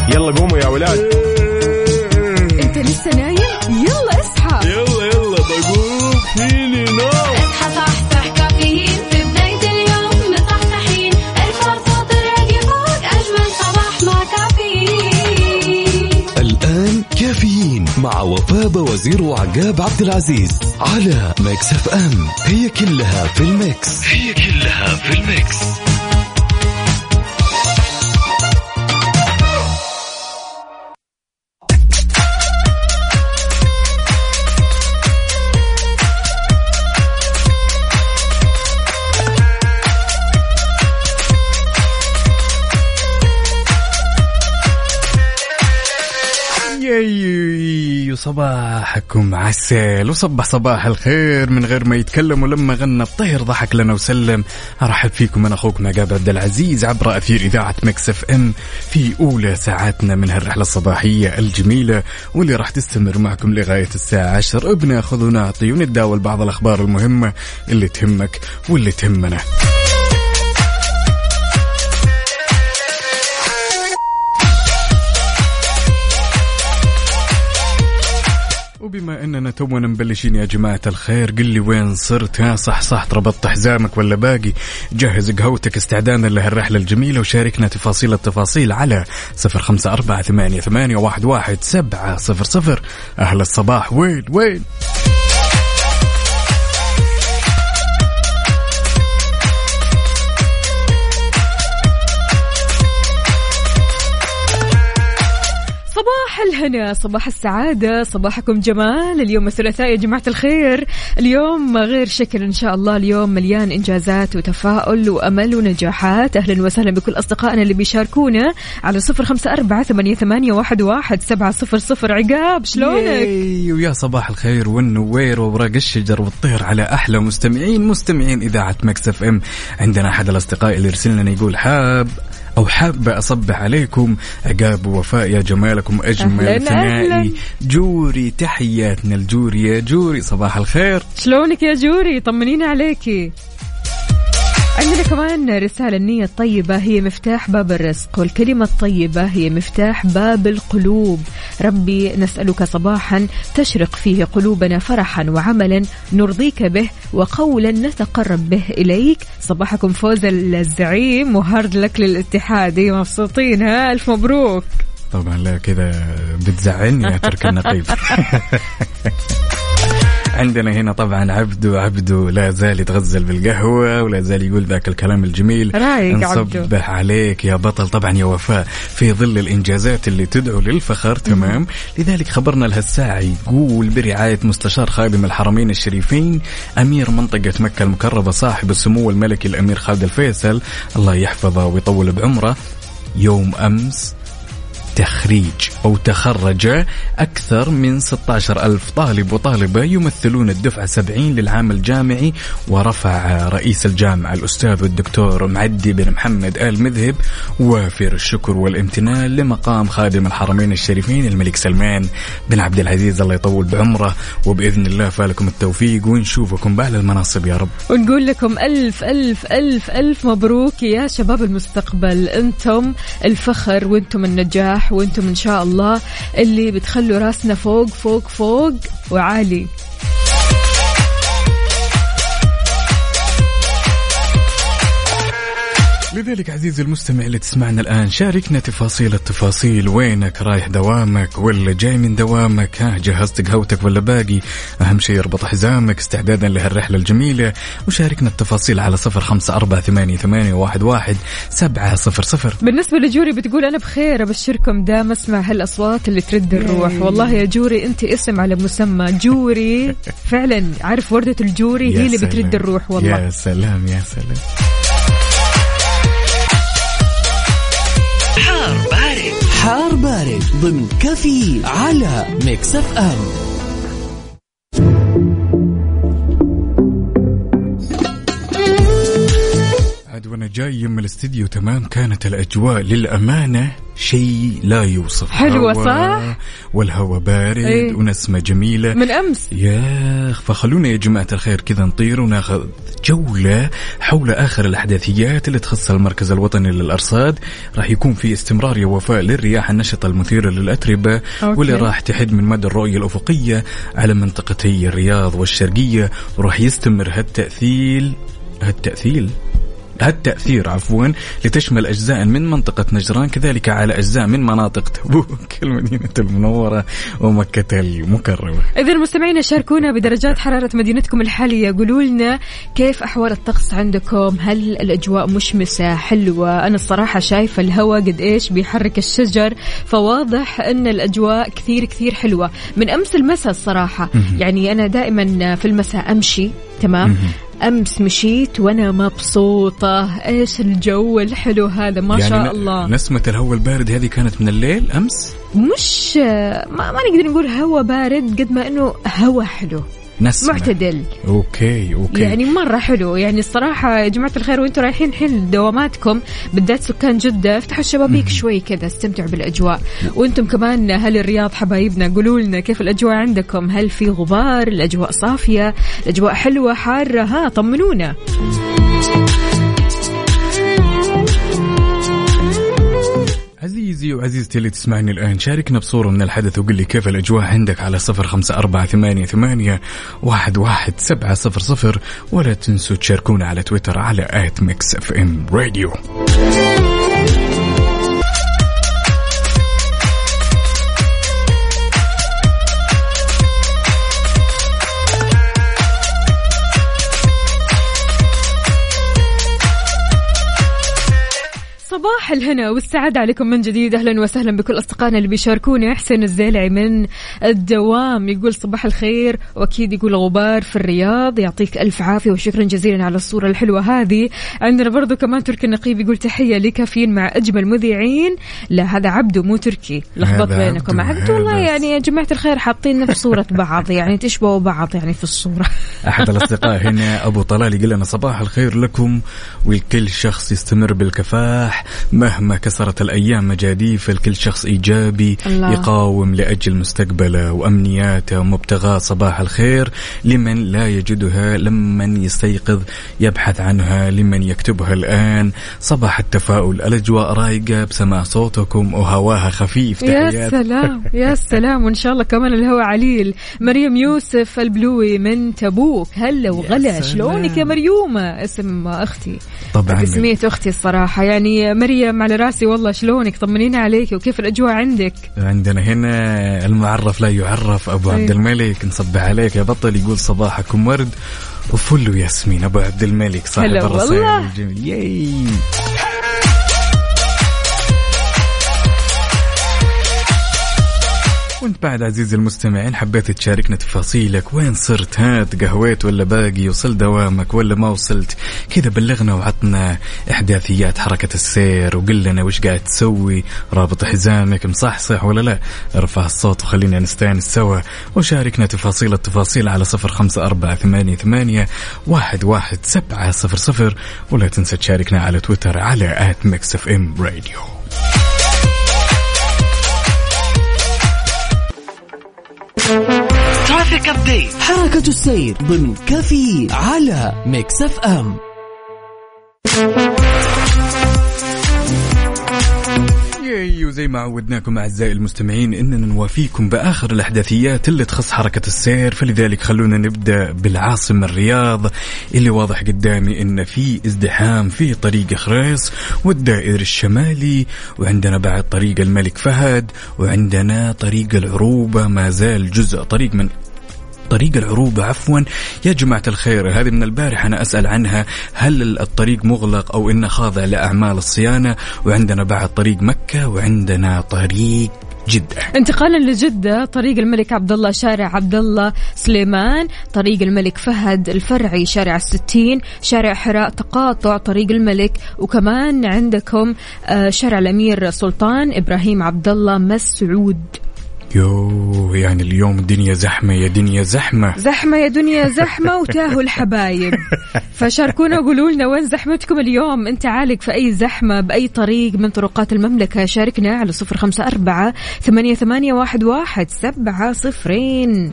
يلا قوموا يا ولاد. انت لسه نايم؟ يلا اصحى. يلا بقوم فيني نوم. اصحى صحصح كافيين في بداية اليوم مصحصحين. ارفع صوت الراديو فوق أجمل صباح مع كافيين. الآن كافيين مع وفاء وزير وعقاب عبد العزيز على ميكس اف ام. هي كلها في الميكس. صباحكم عسل وصبح صباح الخير من غير ما يتكلم، ولما غنى الطير ضحك لنا وسلم. أرحب فيكم أنا أخوكم عقاب عبد العزيز عبر أثير إذاعة ميكس اف ام في أولى ساعاتنا من هالرحلة الصباحية الجميلة واللي راح تستمر معكم لغاية الساعة 10. بناخذ ونعطي ونداول بعض الأخبار المهمة اللي تهمك واللي تهمنا. وبما أننا تونا مبلشين يا جماعة الخير، قل لي وين صرت؟ ها صح ربطت حزامك ولا باقي؟ جهز قهوتك استعدادا لهالرحلة الجميلة وشاركنا التفاصيل على 0548811700. أهل الصباح وين؟ صباح الهنا، صباح السعادة، صباحكم جمال. اليوم الثلاثاء يا جماعة الخير، اليوم غير شكل إن شاء الله. اليوم مليان إنجازات وتفاؤل وأمل ونجاحات. أهلا وسهلا بكل أصدقائنا اللي بيشاركونا على 0548811700. عقاب شلونك؟ ويا صباح الخير والنوير وورق الشجر والطير على أحلى مستمعين إذاعة ميكس اف ام. عندنا أحد الأصدقاء اللي يرسلنا يقول حابة أصبح عليكم عقاب ووفاء، يا جمالكم أجمل ثنائي جوري. تحياتنا الجوري يا جوري، صباح الخير. شلونك يا جوري؟ طمنينا عليكي. عندنا كمان رسالة: النية الطيبة هي مفتاح باب الرزق، والكلمة الطيبة هي مفتاح باب القلوب. ربي نسألك صباحا تشرق فيه قلوبنا فرحا، وعملا نرضيك به، وقولا نتقرب به إليك. صباحكم فوز الزعيم وهارد لك للاتحاد. مبسوطين؟ ها ألف مبروك. طبعا لا كذا بتزعلني يا ترك النقيب. عندنا هنا طبعا عبدو لا زال يتغزل بالقهوة ولا زال يقول ذاك الكلام الجميل. نصبح عليك يا بطل. طبعا يا وفاء في ظل الإنجازات اللي تدعو للفخر، تمام، لذلك خبرنا لهالساعة يقول برعاية مستشار خادم الحرمين الشريفين أمير منطقة مكة المكرمة صاحب السمو الملكي الأمير خالد الفيصل الله يحفظه ويطول بعمره، يوم أمس تخرج أكثر من 16,000 طالب وطالبة يمثلون الدفعة 70 للعام الجامعي. ورفع رئيس الجامعة الأستاذ والدكتور معدي بن محمد آل مذهب وافر الشكر والامتنان لمقام خادم الحرمين الشريفين الملك سلمان بن عبد العزيز الله يطول بعمره، وبإذن الله فالكم التوفيق ونشوفكم بأعلى المناصب يا رب. ونقول لكم ألف ألف ألف ألف مبروك يا شباب المستقبل. أنتم الفخر وأنتم النجاح وأنتم إن شاء الله اللي بتخلوا راسنا فوق فوق فوق وعالي. لذلك عزيزي المستمع اللي تسمعنا الآن شاركنا التفاصيل. وينك؟ رايح دوامك ولا جاي من دوامك؟ جهزت قهوتك ولا باقي؟ أهم شيء اربط حزامك استعدادا لهالرحلة الجميلة، وشاركنا التفاصيل على 0548811700. بالنسبة لجوري بتقول أنا بخير، أبشركم دام أسمع هالأصوات اللي ترد الروح. والله يا جوري أنت اسم على مسمى. جوري فعلا، عارف وردة الجوري هي اللي بترد الروح. والله يا سلام يا سلام. حار بارد ضمن كافي على ميكس اف ام. وانا جاي من الاستديو تمام. كانت الأجواء للأمانة شيء لا يوصف. حلوة صح؟ والهواء بارد ونسمة جميلة من أمس يا. فخلونا يا جماعة الخير كذا نطير وناخذ جولة حول آخر الأحداثيات اللي تخص المركز الوطني للأرصاد. راح يكون في استمرار يا وفاء للرياح النشطة المثيرة للأتربة واللي راح تحد من مدى الرؤية الأفقية على منطقتي الرياض والشرقية، وراح يستمر هالتأثير لتشمل أجزاء من منطقة نجران، كذلك على أجزاء من مناطق تبوك المدينة المنورة ومكة المكرمة. إذا المستمعين شاركونا بدرجات حرارة مدينتكم الحالية، قولوا لنا كيف أحوال الطقس عندكم، هل الأجواء مشمسة حلوة؟ أنا الصراحة شايفة الهواء قد إيش بيحرك الشجر، فواضح أن الأجواء كثير كثير حلوة من أمس المساء الصراحة. يعني أنا دائما في المساء أمشي تمام. أمس مشيت وأنا مبسوطة. إيش الجو الحلو هذا ما يعني شاء الله. نسمة الهواء البارد هذه كانت من الليل أمس، مش ما نقدر نقول هواء بارد قد ما إنه هواء حلو نسمة. معتدل. أوكي يعني مرة حلو. يعني الصراحة يا جماعة الخير وانتم رايحين حين دواماتكم بالذات سكان جدة افتحوا الشبابيك شوي كذا استمتعوا بالأجواء. وانتم كمان أهل الرياض حبايبنا قولوا لنا كيف الأجواء عندكم، هل في غبار، الأجواء صافية، الأجواء حلوة حارة؟ طمنونا. عزيزي وعزيزتي اللي تسمعني الآن، شاركنا بصورة من الحدث وقل لي كيف الأجواء عندك على 0548811700، ولا تنسوا تشاركونا على تويتر على @mixfmradio. صباح الهنا والسعادة عليكم من جديد. أهلا وسهلا بكل أصدقائنا اللي بيشاركونا. حسين الزيلعي من الدوام يقول صباح الخير، وأكيد يقول غبار في الرياض، يعطيك ألف عافية وشكرا جزيلا على الصورة الحلوة هذه. عندنا برضو كمان تركي النقيب يقول تحية لكافيين مع أجمل مذيعين. لا هذا عبده مو تركي، لخبط بينكم. عبده والله يعني يا جماعة الخير حاطين نفس صورة بعض، يعني تشبهوا بعض يعني في الصورة. أحد الأصدقاء هنا أبو طلال يقول لنا صباح الخير لكم، والكل شخص يستمر بالكفاح مهما كسرت الأيام مجاديف، الكل شخص إيجابي الله. يقاوم لأجل مستقبله وأمنياته ومبتغاه. صباح الخير لمن لا يجدها، لمن يستيقظ يبحث عنها، لمن يكتبها الآن. صباح التفاؤل، الأجواء رايقة بسماع صوتكم وهواها خفيف. يا سلام يا سلام، وإن شاء الله كمان الهواء عليل. مريم يوسف البلوي من تبوك، هلا وغلا، شلونك يا مريومة؟ اسم أختي طبعا، اسمية أختي الصراحة. يعني مريم على راسي والله، شلونك؟ طمنينا عليك وكيف الأجواء عندك؟ عندنا هنا المعرف لا يعرف أبو عبد الملك، نصبح عليك يا بطل. يقول صباحكم ورد وفل وياسمين. أبو عبد الملك صاحب الرسائل الجميل. ياي وانت بعد عزيزي المستمعين حبيت تشاركنا تفاصيلك، وين صرت؟ هات قهويت ولا باقي؟ وصل دوامك ولا ما وصلت؟ كذا بلغنا وعطنا إحداثيات حركة السير، وقل لنا وش قاعد تسوي، رابط حزامك مصحصح ولا لا؟ ارفع الصوت وخلينا نستانس سوا، وشاركنا التفاصيل على 0548811700، ولا تنسى تشاركنا على تويتر على @mixfmradio. ترافيك أبديت، حركة السير ضمن كافيين على ميكس اف ام. وزي ما عودناكم أعزائي المستمعين إننا نوافيكم بآخر الأحداثيات اللي تخص حركة السير، فلذلك خلونا نبدأ بالعاصمة الرياض اللي واضح قدامي إن في ازدحام في طريق خريص والدائر الشمالي، وعندنا بعد طريق الملك فهد، وعندنا طريق العروبة ما زال جزء طريق من طريق العروبة عفوا. يا جماعة الخير هذه من البارح أنا أسأل عنها، هل الطريق مغلق أو إنه خاضع لأعمال الصيانة؟ وعندنا بعد طريق مكة، وعندنا طريق جدة. انتقالا لجدة، طريق الملك عبدالله شارع عبدالله سليمان، طريق الملك فهد الفرعي شارع 60، شارع حراء تقاطع طريق الملك، وكمان عندكم شارع الأمير سلطان إبراهيم عبدالله مسعود. يعني اليوم الدنيا زحمة يا دنيا زحمة، زحمة يا دنيا زحمة وتاهوا الحبايب. فشاركونا وقولوا لنا وين زحمتكم اليوم، انت عالق في أي زحمة بأي طريق من طرقات المملكة. شاركنا على 0548811700.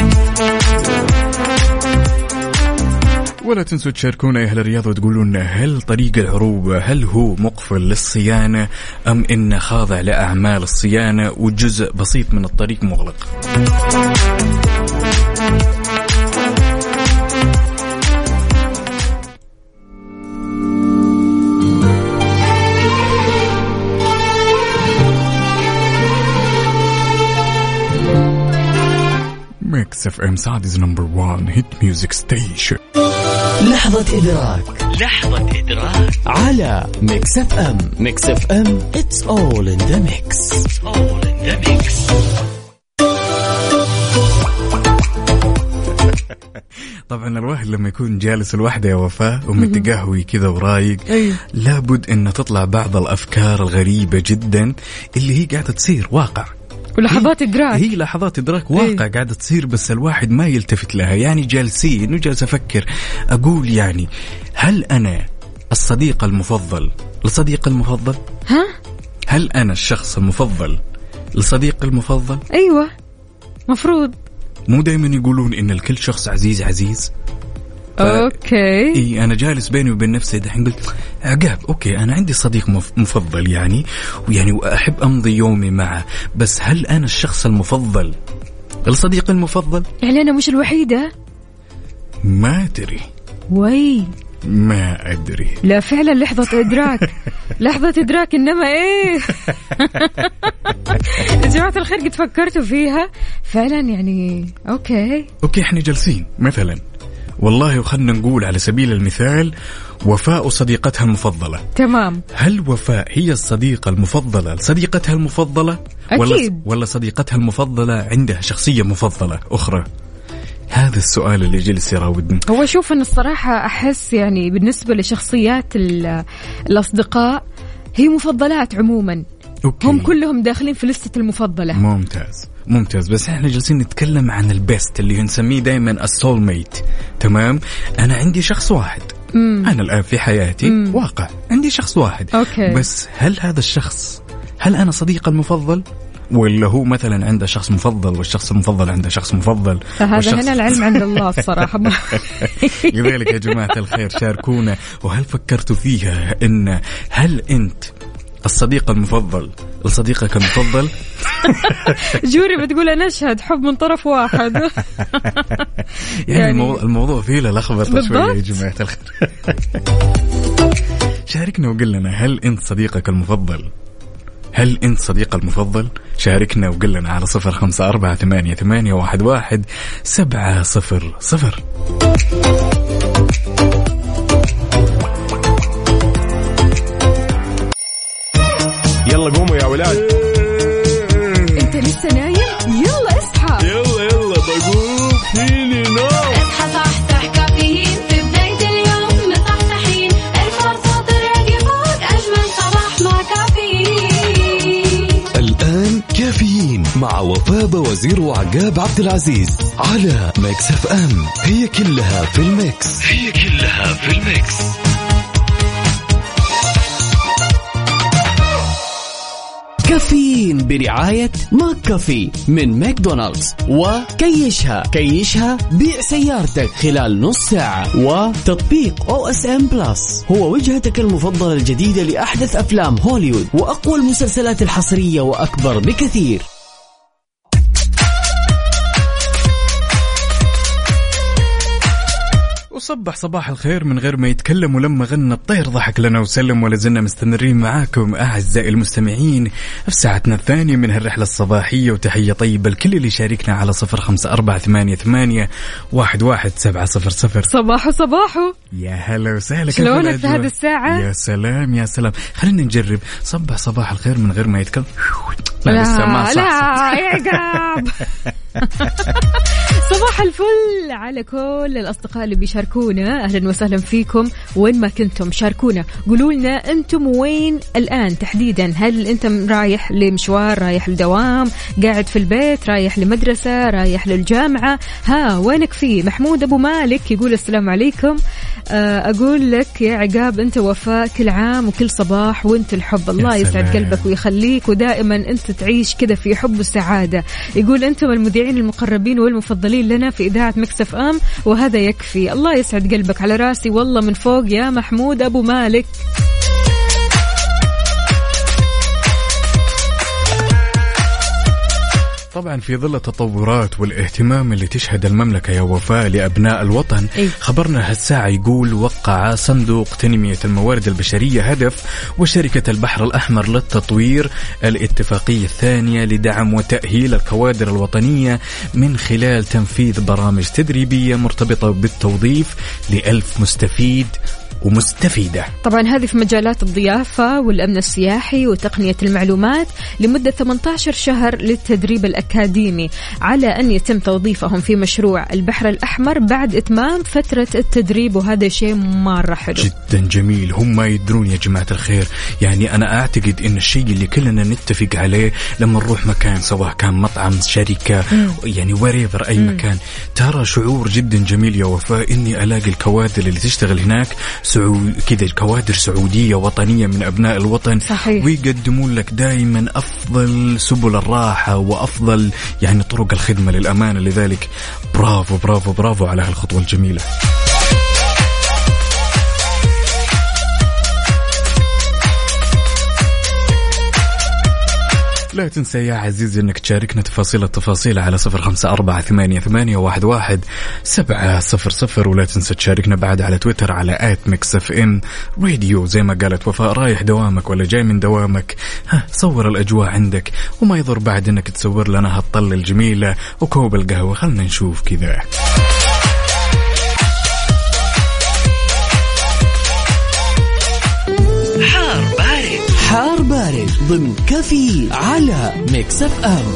ولا تنسوا تشاركونا يا أهل الرياض وتقولوا لنا هل طريق العروبة هل هو مقفل للصيانة أم إنه خاضع لأعمال الصيانة وجزء بسيط من الطريق مغلق. ميكس اف ام سعوديز نمبر 1 هيت ميوزك ستيشن. لحظة إدراك على ميكس اف ام. ميكس اف ام it's all in the mix. طبعا الواحد لما يكون جالس الوحدة يا وفاء ومتقهوي كذا ورايق لابد ان تطلع بعض الافكار الغريبة جدا اللي هي قاعدة تصير واقع، ولحظات إدراك. هي لحظات إدراك واقع قاعدة تصير بس الواحد ما يلتفت لها. يعني جالسين وجالس أفكر أقول يعني هل أنا الصديق المفضل لصديق المفضل؟ هل أنا الشخص المفضل لصديق المفضل؟ أيوة مفروض. مو دايما يقولون إن الكل شخص عزيز أوكي. إيه أنا جالس بيني وبين نفسي دحين قلت عقاب أوكي أنا عندي صديق مفضل يعني وأحب أمضي يومي معه، بس هل أنا الشخص المفضل الصديق المفضل؟ يعني أنا مش الوحيدة؟ ما أدري. ما أدري. لا فعلا لحظة إدراك. لحظة إدراك إنما إيه. يا جماعة الخير قد فكرتوا فيها فعلا يعني. أوكي إحنا جالسين مثلا والله وخلنا نقول على سبيل المثال وفاء صديقتها المفضلة. تمام. هل وفاء هي الصديقة المفضلة لصديقتها المفضلة؟ أكيد. ولا صديقتها المفضلة عندها شخصية مفضلة أخرى؟ هذا السؤال اللي جلس يراودني. هو شوف أن الصراحة أحس يعني بالنسبة لشخصيات الأصدقاء هي مفضلات عموما. أوكي. هم كلهم داخلين في لستة المفضلة. ممتاز بس احنا جالسين نتكلم عن البيست اللي نسميه دايما السول ميت. تمام. انا عندي شخص واحد. انا الان في حياتي واقع عندي شخص واحد. أوكي. بس هل هذا الشخص هل انا صديق المفضل ولا هو مثلا عنده شخص مفضل والشخص المفضل عنده شخص مفضل؟ فهذا هنا العلم عند الله الصراحة. لذلك يا جماعة الخير شاركونا وهل فكرتوا فيها ان هل انت الصديق المفضل لصديقك المفضل؟ جوري بتقول أنا أشهد حب من طرف واحد. يعني الموضوع فيه لخبطة شوية يا جماعة الخير. شاركنا وقل لنا هل أنت صديقك المفضل؟ هل أنت صديق المفضل؟ شاركنا وقل لنا على 0548811700. يلا قوموا يا ولاد. انت لسه نايم؟ يلا اصحى. يلا بقوم فيني نوم. اصحى صحصح كافيين في بداية اليوم مصحصحين. الفرصة تراقي فوق أجمل صباح مع كافيين. الآن كافيين مع وفاء وزير وعقاب عبد العزيز على ميكس اف ام. هي كلها في الميكس. كافيين برعاية ماك كافي من ماكدونالدز، وكيشها بيع سيارتك خلال نص ساعة، وتطبيق OSM Plus هو وجهتك المفضلة الجديدة لأحدث أفلام هوليوود وأقوى المسلسلات الحصرية وأكبر بكثير. وصبح صباح الخير من غير ما يتكلم، ولما غنى الطير ضحك لنا وسلم. ولا زلنا مستمرين معاكم أعزائي المستمعين في ساعتنا الثانية من هالرحلة الصباحية. وتحية طيبة الكل اللي شاركنا على 0548811700. صباحو يا هلا وسهلا. شلونك في هذه الساعة؟ يا سلام خلينا نجرب صباح الخير من غير ما يتكلم. لا يا عقاب. صباح الفل على كل الأصدقاء اللي بيشاركونا، أهلا وسهلا فيكم وين ما كنتم. شاركونا، قولوا لنا أنتم وين الآن تحديدا. هل أنتم رايح لمشوار، رايح لدوام، قاعد في البيت، رايح لمدرسة، رايح للجامعة؟ ها وينك فيه؟ محمود أبو مالك يقول السلام عليكم. أقول لك يا عقاب أنت وفاء، كل عام وكل صباح وأنت الحب. الله يسعد قلبك ويخليك، ودائما أنت تعيش كذا في حب وسعادة. يقول أنتم المذيعين المقربين والمفضلين لنا في إذاعة ميكس اف ام، وهذا يكفي. الله يسعد قلبك، على راسي والله من فوق يا محمود أبو مالك. طبعا في ظل التطورات والاهتمام اللي تشهد المملكة يا وفاء لأبناء الوطن، خبرنا هالساعة يقول وقع صندوق تنمية الموارد البشرية هدف وشركة البحر الأحمر للتطوير الاتفاقية الثانية لدعم وتأهيل الكوادر الوطنية من خلال تنفيذ برامج تدريبية مرتبطة بالتوظيف ل1000 مستفيد ومستفيدة. طبعا هذه في مجالات الضيافة والأمن السياحي وتقنية المعلومات لمدة 18 شهر للتدريب الأكاديمي، على أن يتم توظيفهم في مشروع البحر الأحمر بعد إتمام فترة التدريب، وهذا شيء مرة حلو جدا جميل. هم ما يدرون يا جماعة الخير، يعني أنا أعتقد إن الشيء اللي كلنا نتفق عليه لما نروح مكان، سواء كان مطعم، شركة، يعني وريفر أي مكان، ترى شعور جدا جميل يا وفاء إني ألاقي الكوادر اللي تشتغل هناك كذا، كوادر سعودية وطنية من أبناء الوطن. صحيح. ويقدمون لك دائما أفضل سبل الراحة وأفضل يعني طرق الخدمة للأمانة. لذلك برافو برافو برافو على هالخطوة الجميلة. لا تنسى يا عزيزي انك تشاركنا التفاصيل على 0548811700، ولا تنسى تشاركنا بعد على تويتر على @mixfmradio. زي ما قالت وفاء، رايح دوامك ولا جاي من دوامك، صور الأجواء عندك، وما يضر بعد انك تصور لنا هالطلة الجميلة وكوب القهوة. خلنا نشوف كذا. حار بارد ضمن كفي على ميكس اف ام.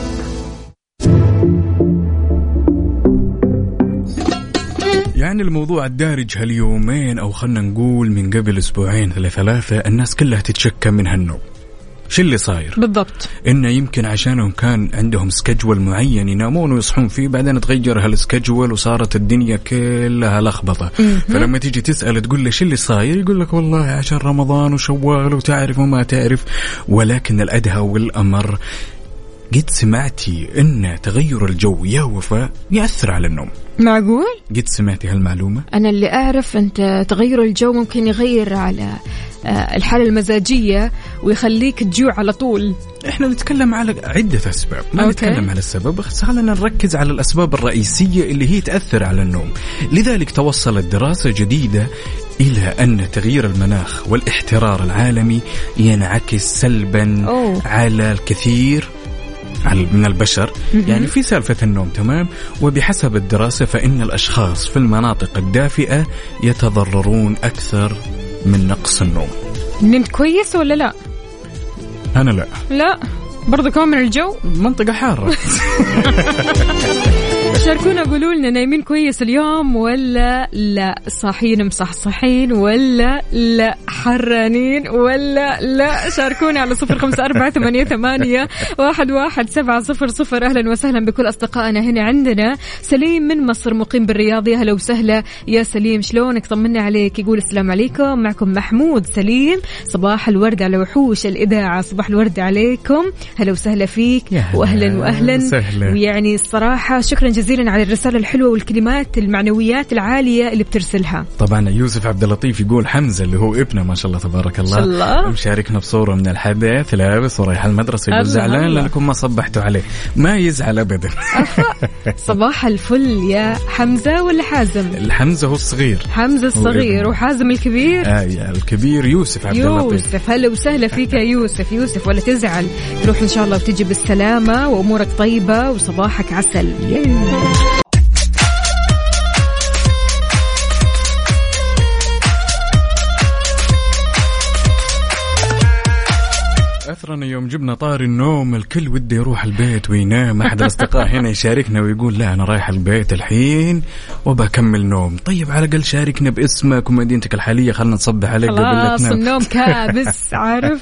يعني الموضوع الدارج هاليومين، أو خلنا نقول من قبل أسبوعين ثلاثة، الناس كلها تتشكى من هالنوم. شو اللي صاير بالضبط؟ إنه يمكن عشانهم كان عندهم سكجول معين ينامون ويصحون فيه، بعدين تغير هالسكجول وصارت الدنيا كلها لخبطة. فلما تيجي تسأل تقول له شو اللي صاير، يقول لك والله عشان رمضان وشوال وتعرف وما تعرف. ولكن الأدهى والأمر، قد سمعتي إن تغير الجو يا وفاء يأثر على النوم؟ معقول؟ قد سمعتي هالمعلومة؟ أنا اللي أعرف أنت تغير الجو ممكن يغير على الحالة المزاجية ويخليك تجوع على طول. إحنا نتكلم على عدة أسباب، ما نتكلم على السبب، بس خلينا نركز على الأسباب الرئيسية اللي هي تأثر على النوم. لذلك توصلت دراسة جديدة إلى أن تغيير المناخ والاحترار العالمي ينعكس سلبا على الكثير من البشر، يعني في سالفة النوم. تمام. وبحسب الدراسة فإن الأشخاص في المناطق الدافئة يتضررون أكثر من نقص النوم. نمت كويس ولا لا؟ أنا لا برضو كمان من الجو، منطقة حارة. شاركونا، قولوا لنا نايمين كويس اليوم ولا لا، صاحيين مصحصحين ولا لا، حرانين ولا لا. شاركونا على 0548811700. أهلا وسهلا بكل أصدقائنا. هنا عندنا سليم من مصر مقيم بالرياض. يا هلا وسهلا يا سليم، شلونك؟ طمنا عليك. يقول السلام عليكم، معكم محمود. سليم صباح الورد على وحوش الإذاعة، صباح الورد عليكم، هلا وسهلا فيك وأهلا وأهلا. ويعني الصراحة شكرا جزيلا على الرسالة الحلوة والكلمات المعنويات العالية اللي بترسلها. طبعا يوسف عبد اللطيف يقول حمزة اللي هو ابنه ما شاء الله تبارك الله مشاركنا بصورة من الحدث لابس ورايح المدرسة، يقول زعلان لأنكم ما صبحتوا عليه. ما يزعل أبدا. صباح الفل يا حمزة ولا حازم؟ الحمزة هو الصغير، حمزة الصغير، وحازم الكبير. الكبير يوسف عبد اللطيف. يوسف هلا وسهلا فيك يا يوسف ولا تزعل، تروح إن شاء الله وتجي بالسلامة وأمورك طيبة وصباحك عسل. أثرنا يوم جبنا طار النوم الكل وده يروح البيت وينام. أحد الأصدقاء هنا يشاركنا ويقول لا أنا رايح البيت الحين وبكمل نوم. طيب على الأقل شاركنا باسمك ومدينتك الحالية، خلنا نصبح عليك قبل لا تنام. خلاص النوم كابس عارف.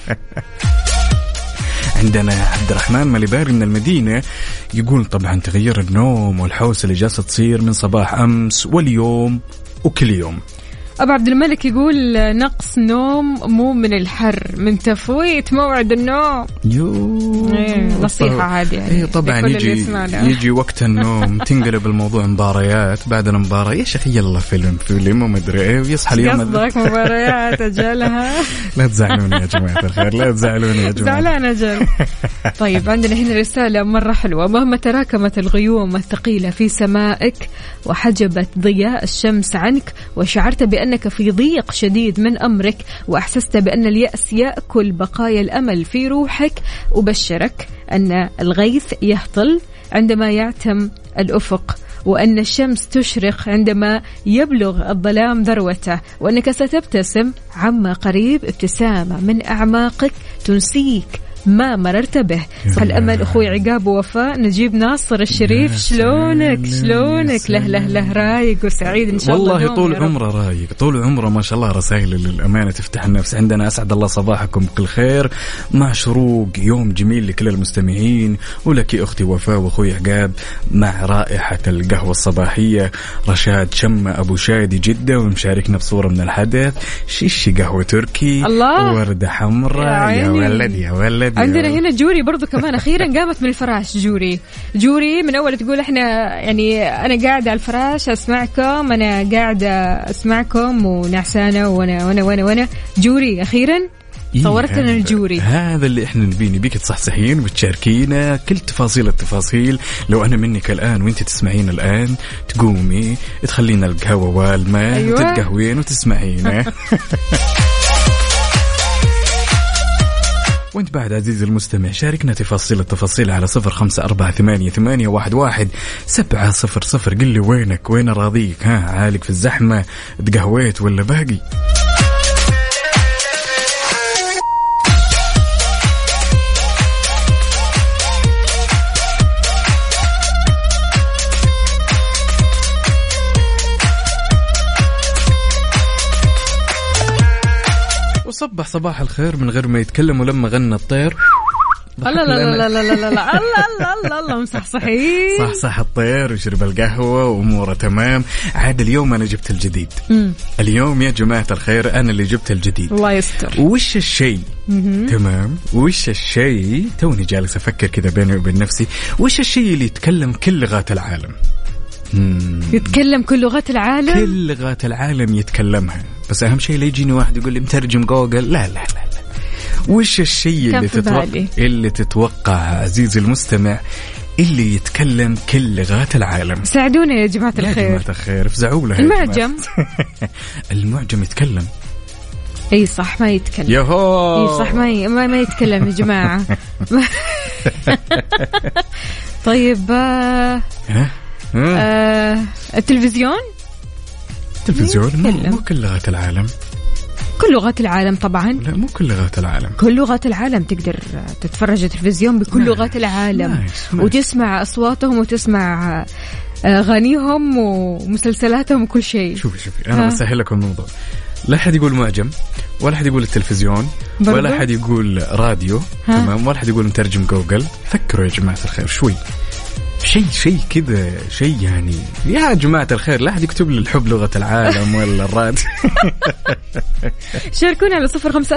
عندنا عبد الرحمن مليباري من المدينة يقول طبعا تغير النوم والحوسة اللي جالسة تصير من صباح أمس واليوم وكل يوم. أبو عبد الملك يقول نقص نوم مو من الحر، من تفويت موعد النوم. نصيحة عادي يعني. طبعا يجي وقت النوم تنقلب الموضوع مباريات، بعد المباراة يا شيخ يلا فيلم وما أدري إيه، ويصحى اليوم قصدك مباريات أجلها. لا تزعلوني يا جماعة الخير، لا تزعلوني يا جماعة. زعلان أجل. طيب عندنا هنا رسالة مرة حلوة. مهما تراكمت الغيوم الثقيلة في سمائك وحجبت ضياء الشمس عنك وشعرت بأنك في ضيق شديد من أمرك وأحسست بأن اليأس يأكل بقايا الأمل في روحك، أبشرك أن الغيث يهطل عندما يعتم الأفق، وأن الشمس تشرق عندما يبلغ الظلام ذروته، وأنك ستبتسم عما قريب ابتسامة من أعماقك تنسيك ما مررت به. صح الأمل أخوي عقاب ووفاء. نجيب ناصر الشريف شلونك له رايق وسعيد إن شاء الله. والله طول عمره رايق، طول عمره ما شاء الله رسائل للأمانة تفتح النفس. عندنا أسعد الله صباحكم بكل خير مع شروق يوم جميل لكل المستمعين، ولك أختي وفاء وأخوي عقاب مع رائحة القهوة الصباحية. رشاد شمة أبو شادي جدة ومشاركنا بصورة من الحدث، شيشي قهوة تركي الله. وردة حمراء يا ولد يا ولد. عندنا هنا جوري برضو كمان أخيرا قامت من الفراش. جوري من أول تقول إحنا يعني أنا قاعدة على الفراش أسمعكم، أنا قاعدة أسمعكم ونعسانة وأنا جوري أخيرا صورت لنا الجوري. هذا اللي إحنا نبيني بيك تصحصحين وتشاركينا كل التفاصيل. لو أنا منك الآن وإنت تسمعين الآن تقومي تخلينا القهوة والماء أيوة. وتتقهوين وتسمعينا. وانت بعد عزيزي المستمع شاركنا التفاصيل على 0548811700. قل لي وينك، وين راضيك، عالق في الزحمة، تقهويت ولا باقي؟ صبح صباح الخير من غير ما يتكلم، ولما غنى الطير لا لا لا لا لا لا الله مصحصحين صح الطير وشرب القهوة وأموره تمام. عاد اليوم أنا جبت الجديد. اليوم يا جماعة الخير أنا اللي جبت الجديد. الله يستر. وش الشيء تمام، وش الشيء توني جالس أفكر كذا بيني وبين نفسي، وش الشيء اللي يتكلم كل لغات العالم؟ يتكلم كل لغات العالم، كل لغات العالم يتكلمها، بس أهم شيء لا يجيني واحد يقول لي مترجم جوجل. لا لا لا, لا. وش الشيء اللي تتوقع عزيزي المستمع اللي يتكلم كل لغات العالم؟ ساعدونا يا جماعة الخير. يا جماعة الخير افزعوا له. المعجم. المعجم يتكلم. اي صح ما يتكلم. يهو. اي صح ما يتكلم يا جماعة. طيب التلفزيون مو كل لغات العالم. كل لغات العالم طبعا. لا مو كل لغات العالم. كل لغات العالم تقدر تتفرج التلفزيون بكل لغات العالم وتسمع أصواتهم وتسمع أغانيهم ومسلسلاتهم وكل شيء. شوفي أنا بسهل لكم الموضوع. لا أحد يقول معجم، ولا أحد يقول التلفزيون، ولا أحد يقول راديو، تمام، ولا أحد يقول مترجم جوجل. فكروا يا جماعة الخير شوي، شيء كذا، شيء يعني يا جماعة الخير. لا أحد يكتب لي الحب لغة العالم ولا الراديو. شاركونا على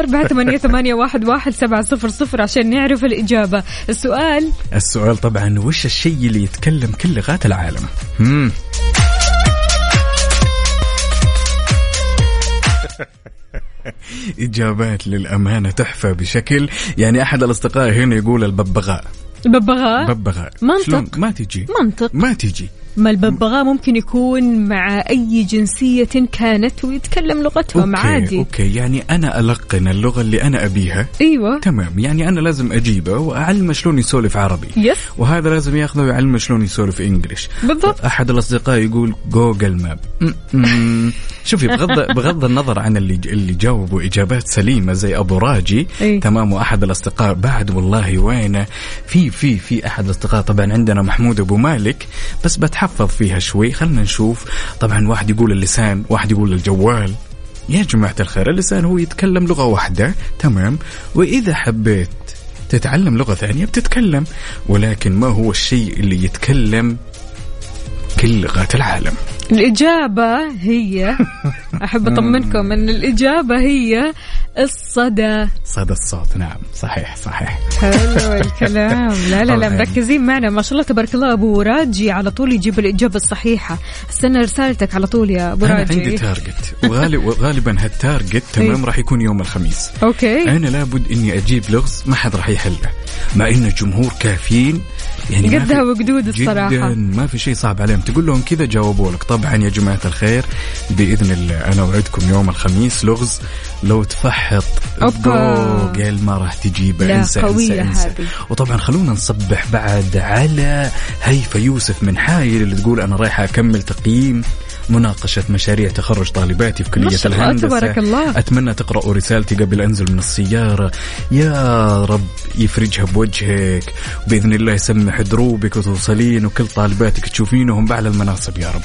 0548811700 عشان نعرف الإجابة. السؤال طبعا وش الشيء اللي يتكلم كل لغات العالم؟ إجابات للأمانة تحفة بشكل يعني. أحد الأصدقاء هنا يقول الببغاء. منطق ما تيجي ما الببغاء ممكن يكون مع أي جنسية كانت ويتكلم لغتهم عادي. أوكي يعني أنا ألقن اللغة اللي أنا أبيها. أيوة تمام، يعني أنا لازم أجيبه وأعلم شلون يسولف عربي. يس. وهذا لازم ياخذه ويعلم شلون يسولف إنجليش. بالضبط. أحد الأصدقاء يقول جوجل ماب. شوفي بغض النظر عن اللي جاوبوا إجابات سليمة زي أبو راجي. تمام. وأحد الأصدقاء بعد والله وينه في أحد الأصدقاء طبعا عندنا محمود أبو مالك، بس بتحفظ فيها شوي. خلنا نشوف. طبعا واحد يقول اللسان، واحد يقول الجوال. يا جماعة الخير، اللسان هو يتكلم لغة واحدة. تمام. وإذا حبيت تتعلم لغة ثانية بتتكلم، ولكن ما هو الشيء اللي يتكلم كل لغات العالم؟ الإجابة هي أحب أطمنكم أن الإجابة هي الصدى. صدى الصوت. نعم صحيح. حلو الكلام. لا مركزين معنا ما شاء الله تبارك الله. أبو راجي على طول يجيب الإجابة الصحيحة. استنى رسالتك على طول يا أبو راجي. أنا عندي تارجت وغالبا هالتارجت تمام راح يكون يوم الخميس. أوكي. أنا لابد إني أجيب لغز ما حد راح يحله، مع إن الجمهور كافيين يعني قدها وقدود الصراحة. جدا ما في شيء صعب عليهم. تقول لهم كذا جاوبوا لك. طبعا يا جماعة الخير بإذن الله أنا وعدكم يوم الخميس لغز لو تفحط جوجل ما راح تجيبه. انسى. وطبعا خلونا نصبح بعد على هيفا يوسف من حايل اللي تقول أنا رايحة أكمل تقييم مناقشة مشاريع تخرج طالباتي في كلية الهندسة. تبارك الله. أتمنى تقرأوا رسالتي قبل أنزل من السيارة. يا رب يفرجها بوجهك بإذن الله، يسمح دروبك وتوصلين وكل طالباتك تشوفينهم بأعلى المناصب يا رب.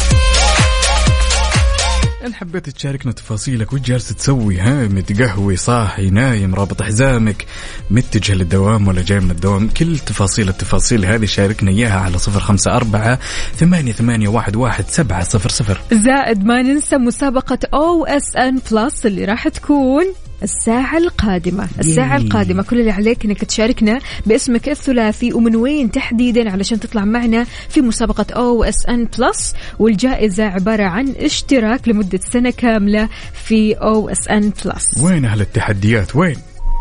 إن حبيت تشاركنا تفاصيلك وش جالس تسوي؟ متقهوي، صاحي، نايم، رابط حزامك، متجه للدوام ولا جاي من الدوام؟ كل التفاصيل هذه شاركنا إياها على 0548811700. زائد ما ننسى مسابقة OSN Plus اللي راح تكون الساعة القادمة. كل اللي عليك انك تشاركنا باسمك الثلاثي ومن وين تحديدا علشان تطلع معنا في مسابقة OSN Plus، والجائزة عبارة عن اشتراك لمدة سنة كاملة في OSN Plus. وين أهل التحديات؟ وين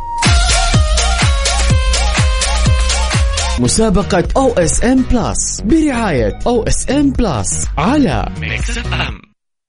مسابقة OSN Plus برعاية OSN Plus على ميكس اف ام.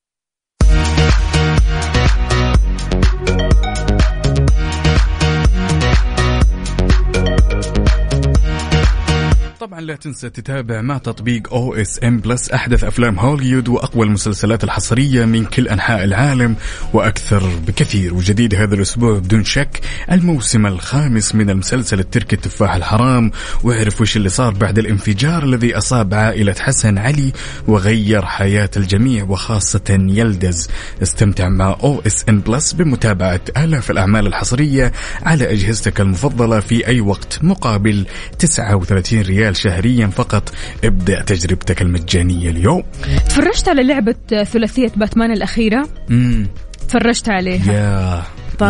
طبعا لا تنسى تتابع مع تطبيق OSN Plus أحدث أفلام هوليوود وأقوى المسلسلات الحصرية من كل أنحاء العالم وأكثر بكثير. وجديد هذا الأسبوع بدون شك الموسم الخامس من المسلسل التركي التفاح الحرام، واعرف وش اللي صار بعد الانفجار الذي أصاب عائلة حسن علي وغير حياة الجميع وخاصة يلدز. استمتع مع OSN Plus بمتابعة آلاف الأعمال الحصرية على أجهزتك المفضلة في أي وقت مقابل 39 ريال شهريا فقط. ابدأ تجربتك المجانية اليوم. تفرجت على لعبة ثلاثية باتمان الأخيرة؟ تفرجت عليها؟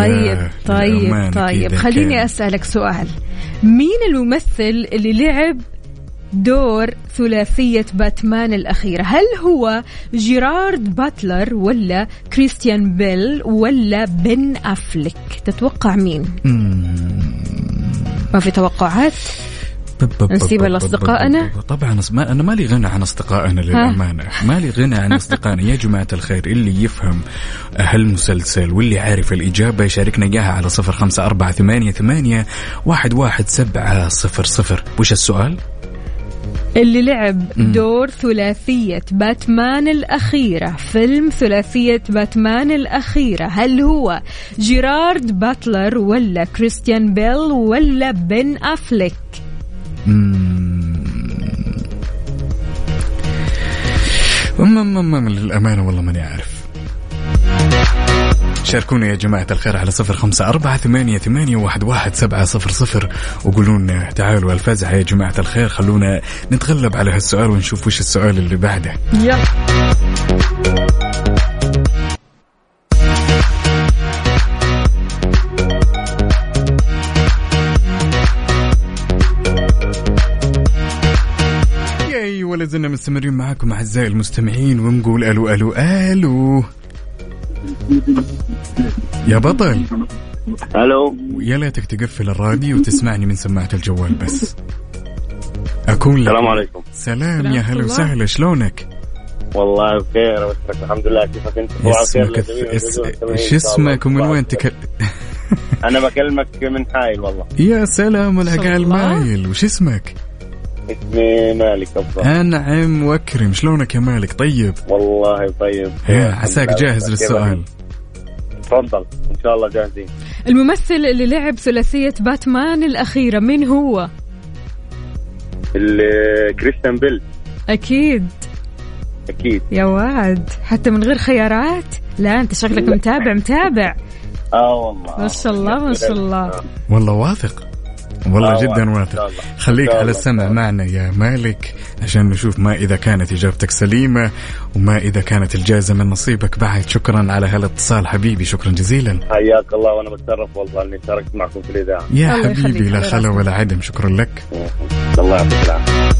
طيب خليني أسألك سؤال. مين الممثل اللي لعب دور ثلاثية باتمان الأخيرة؟ هل هو جيرارد باتلر ولا كريستيان بيل ولا بن أفليك؟ تتوقع مين؟ ما في توقعات؟ نسيب الأصدقائنا. طبعا أنا مالي غنى عن أصدقائنا للأمانة. مالي غنى عن أصدقائنا يا جماعة الخير. اللي يفهم هالمسلسل واللي عارف الإجابة يشاركنا إياها على 0548811700. وش السؤال؟ اللي لعب دور ثلاثية باتمان الأخيرة، فيلم ثلاثية باتمان الأخيرة، هل هو جيرارد باتلر ولا كريستيان بيل ولا بن أفليك؟ للأمانة والله ماني عارف. شاركونا يا جماعة الخير على 0548811700 وقولون تعالوا الفزعة يا جماعة الخير. خلونا نتغلب على هالسؤال ونشوف وش السؤال اللي بعده. يلا ولا زلنا مستمرين معاكم أعزائي المستمعين ونقول ألو ألو ألو يا بطل. ألو. يا ليتك تقفل الراديو وتسمعني من سماعة الجوال بس. أكون لك. السلام عليكم. سلام يا هلا وسهلا، شلونك؟ والله بخير واشكرك الحمد لله. كيفك انت؟ ايش اسمك ومن وين انا بكلمك من حايل والله. يا سلام والعقال مايل. وش اسمك؟ اسمي مالك أفضل. أنعم وأكرم. شلونك يا مالك؟ طيب والله طيب. عساك جاهز للسؤال؟ تفضل إن شاء الله جاهزين. الممثل اللي لعب ثلاثية باتمان الأخيرة مين هو؟ كريستيان بيل. أكيد يا واد، حتى من غير خيارات. لا أنت شكلك متابع. والله ما شاء الله ما شاء الله. والله واثق، والله جدا واثق. خليك على السمع معنا يا مالك عشان نشوف ما إذا كانت إجابتك سليمة وما إذا كانت الجائزة من نصيبك بعد. شكرا على هالاتصال حبيبي، شكرا جزيلا. حياك الله، وأنا متشرف والله أني شاركت معكم في الإذاعة يا حبيبي. لا خلا ولا عدم، شكرا لك. الله يعطيك العافية.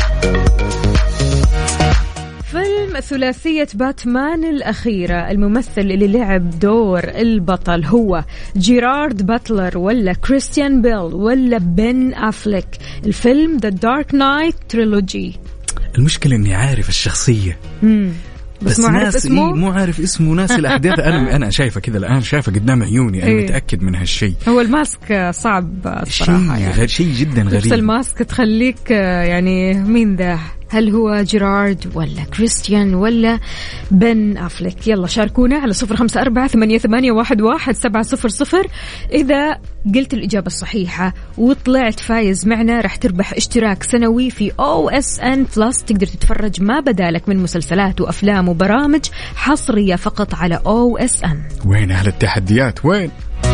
فيلم ثلاثية باتمان الأخيرة، الممثل اللي لعب دور البطل هو جيرارد باتلر ولا كريستيان بيل ولا بن أفليك؟ الفيلم The Dark Knight Trilogy. المشكلة إني عارف الشخصية بس مو عارف اسمه. مو عارف اسمه، ناس الأحداث. أنا شايفة كذا الآن، شايفة قدام عيوني. أنا متأكد من هالشيء. هو الماسك صعب صراحة، شيء جدا غريب. بس الماسك تخليك يعني مين ذا؟ هل هو جيرارد ولا كريستيان ولا بن أفليك؟ يلا شاركونا على 0548811700. إذا قلت الإجابة الصحيحة وطلعت فايز معنا راح تربح اشتراك سنوي في OSN Plus. تقدر تتفرج ما بدالك من مسلسلات وأفلام وبرامج حصرية فقط على OSN. وين أهل التحديات وين؟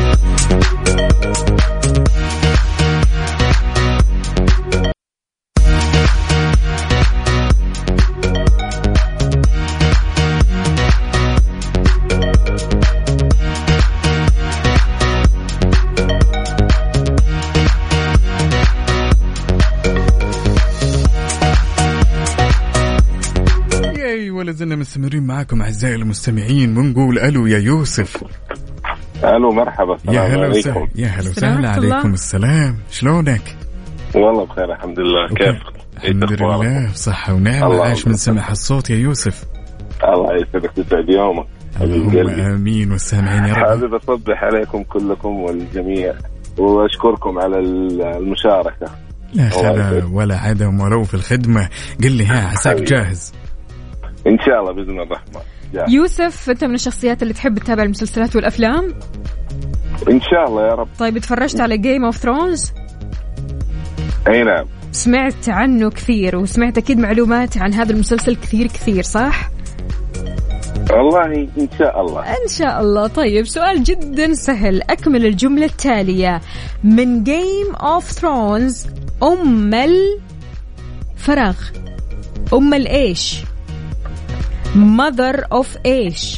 لازلنا مستمرين معاكم أعزائي المستمعين ونقول ألو يا يوسف. ألو مرحبا. يا هلا وسهلا. يا هلا وسهلا. عليكم السلام. شلونك؟ والله بخير الحمد لله. كيف؟ الحمد لله بصحة ونعمة. عاش من سمع الصوت يا يوسف. الله يسعدك ويسعد يومك. اللهم آمين والسامعين يا رب. حابب أصبح عليكم كلكم والجميع وأشكركم على المشاركة. لا خلا ولا عدم ولو في الخدمة. قل لي عساك جاهز؟ إن شاء الله بإذن الرحمن. يوسف أنت من الشخصيات اللي تحب تتابع المسلسلات والأفلام؟ إن شاء الله يا رب. طيب اتفرجت على Game of Thrones؟ أي نعم. سمعت عنه كثير وسمعت أكيد معلومات عن هذا المسلسل كثير صح؟ والله إن شاء الله. إن شاء الله. طيب سؤال جدا سهل، أكمل الجملة التالية من Game of Thrones. الفراغ الإيش؟ mother of إيش؟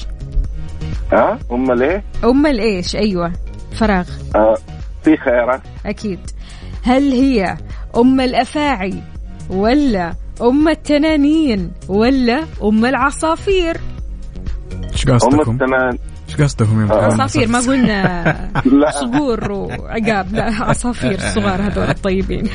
الإيش؟ أيوة فراغ. في خيارات أكيد. هل هي الأفاعي ولا التنانين ولا العصافير؟ ايش قصدكم؟ ايش قصدهم يا عصافير؟ ما قلنا صقور وعقاب، لا عصافير صغار هذول الطيبين.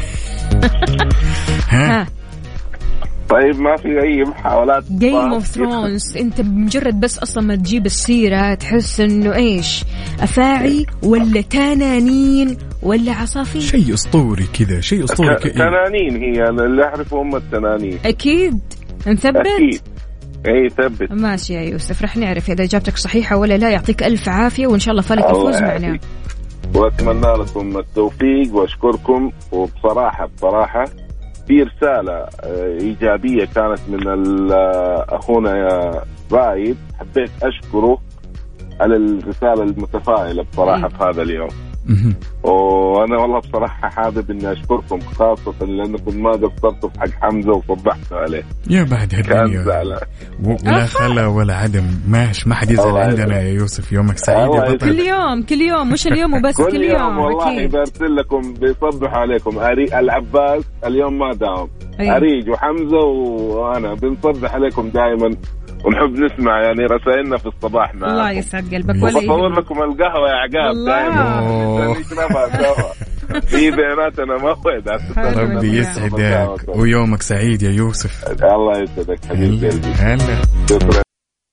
ها طيب ما في أي محاولات؟ Game of Thrones أنت بمجرد بس أصلا ما تجيب السيرة تحس إنه إيش، أفاعي ولا تنانين ولا عصافير؟ شيء أسطوري كذا، شيء أسطوري. تنانين هي اللي أعرفه التنانين. أكيد نثبت. أكيد اي ثبت. ماشي يا يوسف، رح نعرف إذا إجابتك صحيحة ولا لا. يعطيك ألف عافية وإن شاء الله فلك يفوز معنا. وأتمنى لكم التوفيق وأشكركم. وبصراحة في رسالة إيجابية كانت من أخونا يا رايد، حبيت أشكره على الرسالة المتفائلة بصراحة في هذا اليوم. وأنا والله بصراحة حابب إني أشكركم خاصة لأنكم ما قصرتوا في حق حمزة وصبحتوا عليه. يا بعد هالدنيا ولا خلا ولا عدم. ما حد يزعل عندنا يا يوسف. يومك سعيد يا بطل. كل يوم مش اليوم وبس. كل يوم والله برسل لكم بيصبحوا عليكم. العباس اليوم ما داوم. أريج وحمزة وأنا بنصبح عليكم دائما ونحب نسمع يعني رسائلنا في الصباح معكم. الله يسعد قلبك. وبصور لكم القهوة يا عقاب دائما نشربها سوا. في بيناتنا موعد. ربي يسعدك ويومك سعيد يا يوسف. الله يسعدك حبيبي. هلا شكرا.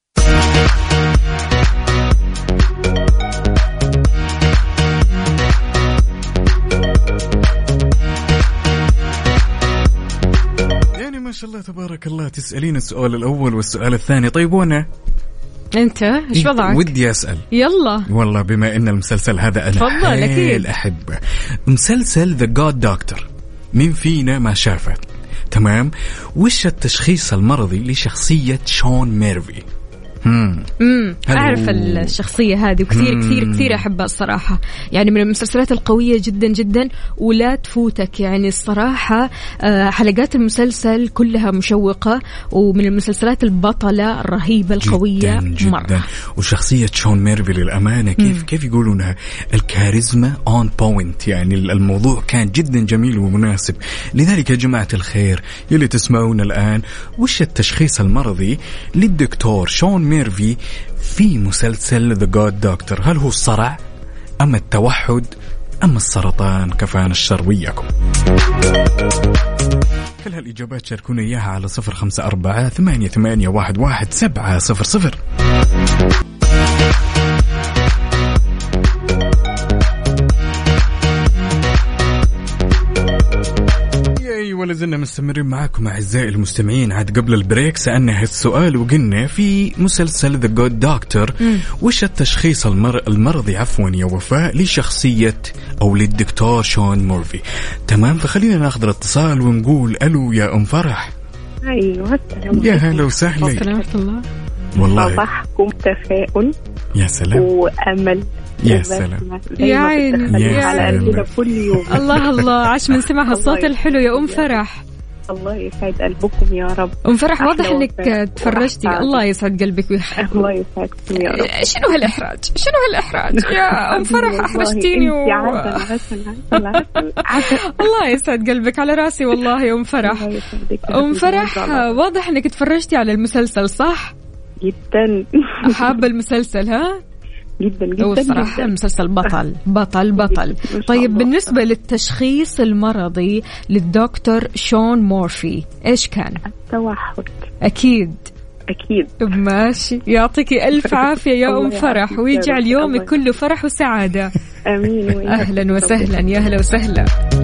يعني ما شاء الله تبارك الله تسألين السؤال الأول والسؤال الثاني. طيب وانا انت ايش وضعك؟ ودي اسال. يلا والله بما ان المسلسل هذا انا حيل احبه، مسلسل ذا جود دكتور، مين فينا ما شافه؟ تمام. وش التشخيص المرضي لشخصيه شون ميرفي؟ أعرف الشخصية هذه وكثير كثير كثير أحبها الصراحة، يعني من المسلسلات القوية جدا جدا ولا تفوتك يعني الصراحة. حلقات المسلسل كلها مشوقة ومن المسلسلات البطلة الرهيبة القوية جداً مرة. وشخصية شون ميرفي للأمانة كيف يقولونها الكاريزما on point، يعني الموضوع كان جدا جميل ومناسب. لذلك يا جماعة الخير يلي تسمعون الآن، وش التشخيص المرضي للدكتور شون ميرفي في مسلسل The God Doctor؟ هل هو الصرع أم التوحد أم السرطان؟ كفانا الشر وياكم. كل هالإجابات شاركونا إياها على 0548811700. ولا زلنا مستمرين معاكم أعزائي المستمعين. عاد قبل البريك سألنا هالسؤال وقلنا في مسلسل The Good Doctor وش التشخيص المرضي عفوا يا وفاء لشخصية أو للدكتور شون مورفي؟ تمام. فخلينا ناخذ الاتصال ونقول ألو يا أم فرح. أيوة يا هلا وسهلا. والله صباحكم تفاؤل يا سلام وأمل يا سلام يا عيني على قلبنا كل يوم. الله الله عاش من سمع الصوت الحلو يا أم فرح. الله يسعد قلبكم يا رب. أم فرح واضح إنك تفرجتي. الله يسعد قلبك الله يسعدكم يا رب. شنو هالإحراج يا أم فرح؟ أحرجتيني الله يسعد قلبك على راسي والله يا أم فرح. أم فرح واضح إنك تفرجتي على المسلسل صح؟ جدا. حابة المسلسل ها؟ جدا جدا جدا. المسلسل بطل. طيب بالنسبة للتشخيص المرضي للدكتور شون مورفي إيش كان؟ التوحد. أكيد ماشي. يعطيكي ألف عافية يا أم فرح ويجعل يومك كله فرح وسعادة. أمين. أهلا وسهلا. يا هلا وسهلا.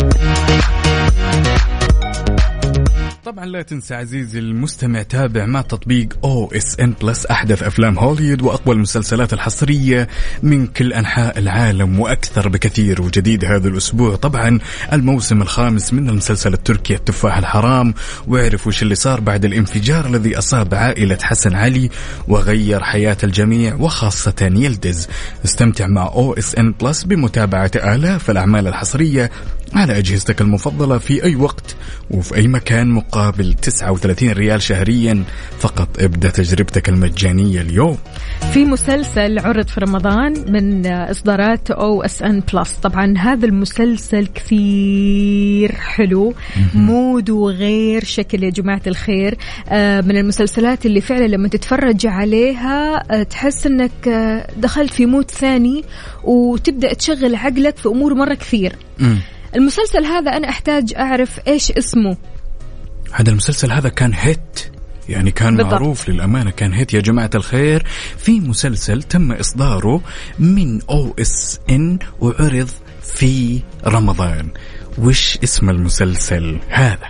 طبعا لا تنسى عزيزي المستمع تابع مع تطبيق OSN Plus أحدث أفلام هوليوود وأقوى المسلسلات الحصرية من كل أنحاء العالم وأكثر بكثير. وجديد هذا الأسبوع طبعا الموسم الخامس من المسلسل التركي التفاح الحرام، واعرف وش اللي صار بعد الانفجار الذي أصاب عائلة حسن علي وغير حياة الجميع وخاصة يلدز. استمتع مع OSN Plus بمتابعة آلاف الأعمال الحصرية على أجهزتك المفضلة في أي وقت وفي أي مكان مقابل 39 ريال شهريا فقط. ابدأ تجربتك المجانية اليوم. في مسلسل عرض في رمضان من إصدارات OSN Plus. طبعا هذا المسلسل كثير حلو مود وغير شكل يا جماعة الخير. من المسلسلات اللي فعلا لما تتفرج عليها تحس أنك دخلت في مود ثاني وتبدأ تشغل عقلك في أمور مرة كثير. المسلسل هذا أنا أحتاج أعرف إيش اسمه. هذا المسلسل هذا كان هيت، يعني كان بالضبط. معروف للأمانة، كان هيت يا جماعة الخير. في مسلسل تم إصداره من OSN وعرض في رمضان. وش اسم المسلسل هذا؟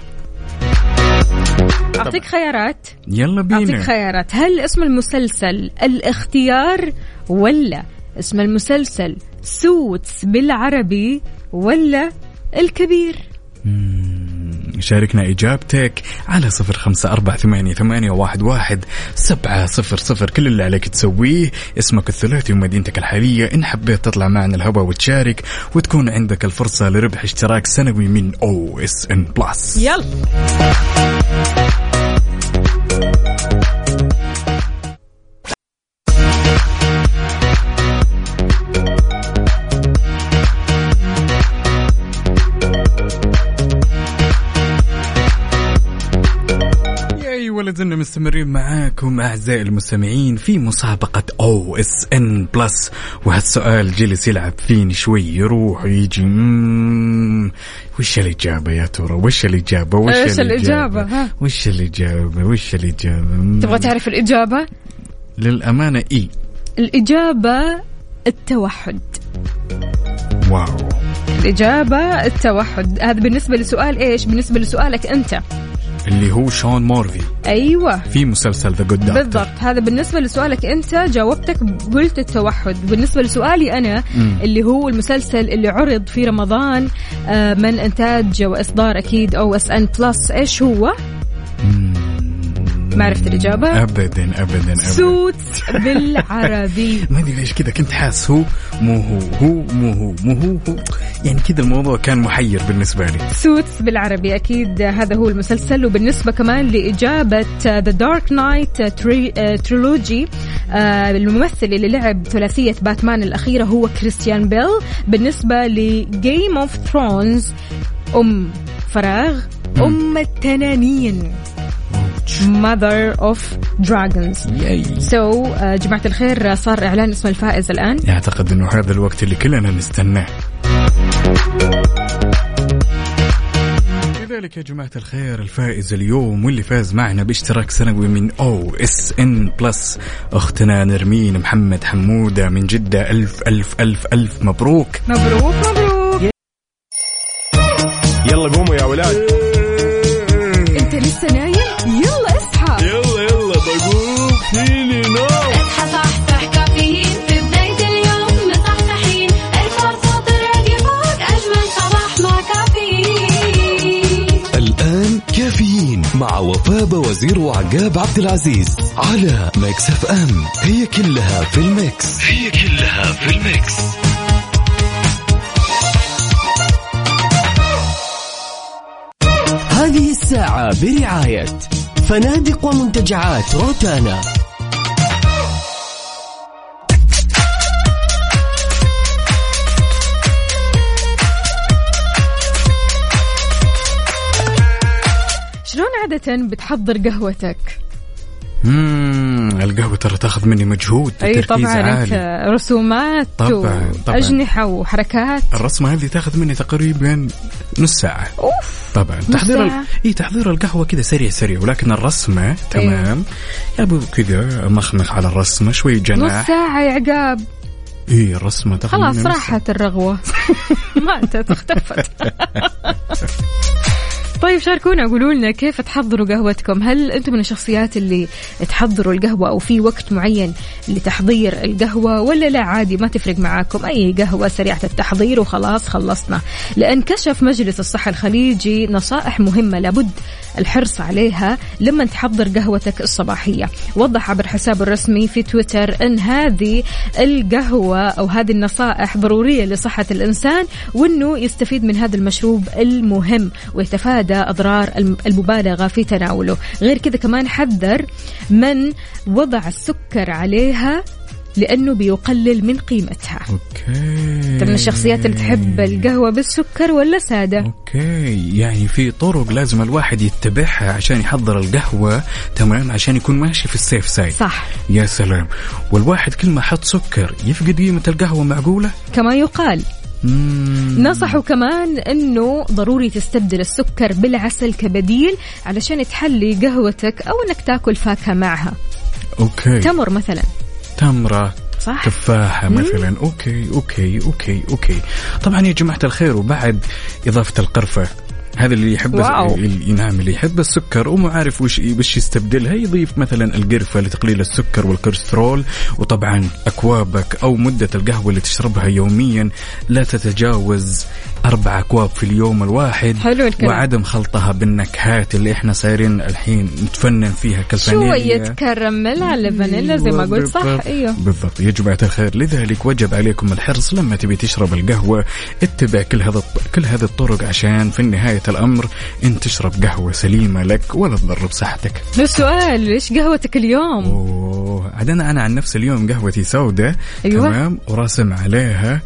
أعطيك خيارات. يلا بينا. أعطيك خيارات. هل اسم المسلسل الاختيار ولا اسم المسلسل سوتس بالعربي ولا الكبير؟ شاركنا إجابتك على 0548811700. كل اللي عليك تسويه اسمك الثلاثي ومدينتك الحالية إن حبيت تطلع معنا الهواء وتشارك وتكون عندك الفرصة لربح اشتراك سنوي من OSN Plus. يلا ولا زلنا مستمرين معاكم أعزائي المستمعين في مسابقة OSN Plus. وهالسؤال جلس يلعب فيني شوي يروح ويجي وش الإجابة يا ترى؟ وش الإجابة؟ وش الإجابة؟ وش الإجابة؟ وش الإجابة؟ تبغى تعرف الإجابة؟ للأمانة الإجابة التوحد. واو، الإجابة التوحد. هذا بالنسبة لسؤال إيش؟ بالنسبة لسؤالك أنت اللي هو شون مورفي. أيوة، في مسلسل ذا جود دكتور. بالضبط، هذا بالنسبة لسؤالك أنت جاوبتك قلت التوحد. بالنسبة لسؤالي أنا اللي هو المسلسل اللي عرض في رمضان من إنتاج وإصدار أكيد OSN Plus، إيش هو؟ ما عرفت الإجابة؟ أبداً. سوتس بالعربي. ما أدري ليش كذا كنت حاس هو يعني كذا الموضوع كان محير بالنسبة لي. سوتس بالعربي أكيد هذا هو المسلسل. وبالنسبة كمان لإجابة The Dark Knight Trilogy، الممثل اللي لعب ثلاثية باتمان الأخيرة هو كريستيان بيل. بالنسبة لجيم اوف ثرونز فراغ التنانين Mother of Dragons. جماعة الخير، صار إعلان اسم الفائز الآن. أعتقد أنه هذا الوقت اللي كلنا نستناه. لذلك يا جماعة الخير، الفائز اليوم واللي فاز معنا باشتراك سنوي من OSN Plus أختنا نرمين محمد حمودة من جدة. ألف ألف ألف ألف مبروك. مبروك. يلا قوموا يا ولاد. انت لسه نايم؟ يلا اصحى. يلا بقوم فيني نوم. اصحى صحصح كافيين في بداية اليوم مصحصحين. ارفع صوت الراديو فوق أجمل صباح مع كافيين. الآن كافيين مع وفاء وزير وعقاب عبد العزيز على ميكس اف ام. هي كلها في الميكس. هذه الساعة برعاية فنادق ومنتجعات روتانا. شلون عادة بتحضر قهوتك؟ القهوة ترى تاخذ مني مجهود. أي طبعا، أنت رسومات طبعا. أجنحة وحركات. الرسمة هذه تاخذ مني تقريبا نص ساعة. طبعا تحضير القهوة كذا سريع، ولكن الرسمة تمام يا ابو كذا مخمخ على الرسمة شوي جناح. نص ساعة يا عقاب. الرسمة تاخذ مني خلاص راحت الرغوة. ما أنت اختفت. طيب شاركونا، قولوا لنا كيف تحضروا قهوتكم. هل أنتم من الشخصيات اللي تحضروا القهوة أو في وقت معين لتحضير القهوة، ولا لا عادي ما تفرق معاكم أي قهوة سريعة التحضير وخلاص خلصنا؟ لأن كشف مجلس الصحة الخليجي نصائح مهمة لابد الحرص عليها لما تحضر قهوتك الصباحية. وضح عبر حسابه الرسمي في تويتر أن هذه القهوة أو هذه النصائح ضرورية لصحة الإنسان، وأنه يستفيد من هذا المشروب المهم ويتفادى أضرار المبالغة في تناوله. غير كذا كمان حذر من وضع السكر عليها لأنه بيقلل من قيمتها. أنت من الشخصيات اللي تحب القهوة بالسكر ولا سادة؟ يعني في طرق لازم الواحد يتبعها عشان يحضر القهوة تمام، عشان يكون ماشي في السيف سايد. صح. يا سلام. والواحد كل ما حط سكر يفقد قيمة القهوة، معقولة؟ كما يقال. نصحوا كمان أنه ضروري تستبدل السكر بالعسل كبديل علشان تحلي قهوتك، أو أنك تاكل فاكهة معها. تمر مثلا، تمرة، صح؟ تفاحة مثلا. أوكي. طبعا يا جماعة الخير، وبعد إضافة القرفة، هذا اللي يحب ينام، اللي يحب السكر وما عارف وش يستبدلها، يضيف مثلا القرفة لتقليل السكر والكوليسترول. وطبعا أكوابك أو مدة القهوة اللي تشربها يوميا لا تتجاوز 4 أكواب في اليوم الواحد. حلو الكلام. وعدم خلطها بالنكهات اللي احنا صايرين الحين نتفنن فيها كالفانيليا، شوية كراميل على فانيلا زي ما قلت. صح. أيوه بالضبط يا جماعة الخير. لذلك وجب عليكم الحرص لما تبي تشرب القهوة، اتبع كل هذه الطرق عشان في النهاية الأمر أنت تشرب قهوة سليمة لك ولا تضر بصحتك. السؤال إيش قهوتك اليوم؟ عدنا أنا عن نفس اليوم قهوتي سوداء. أيوة. تمام، وراسم عليها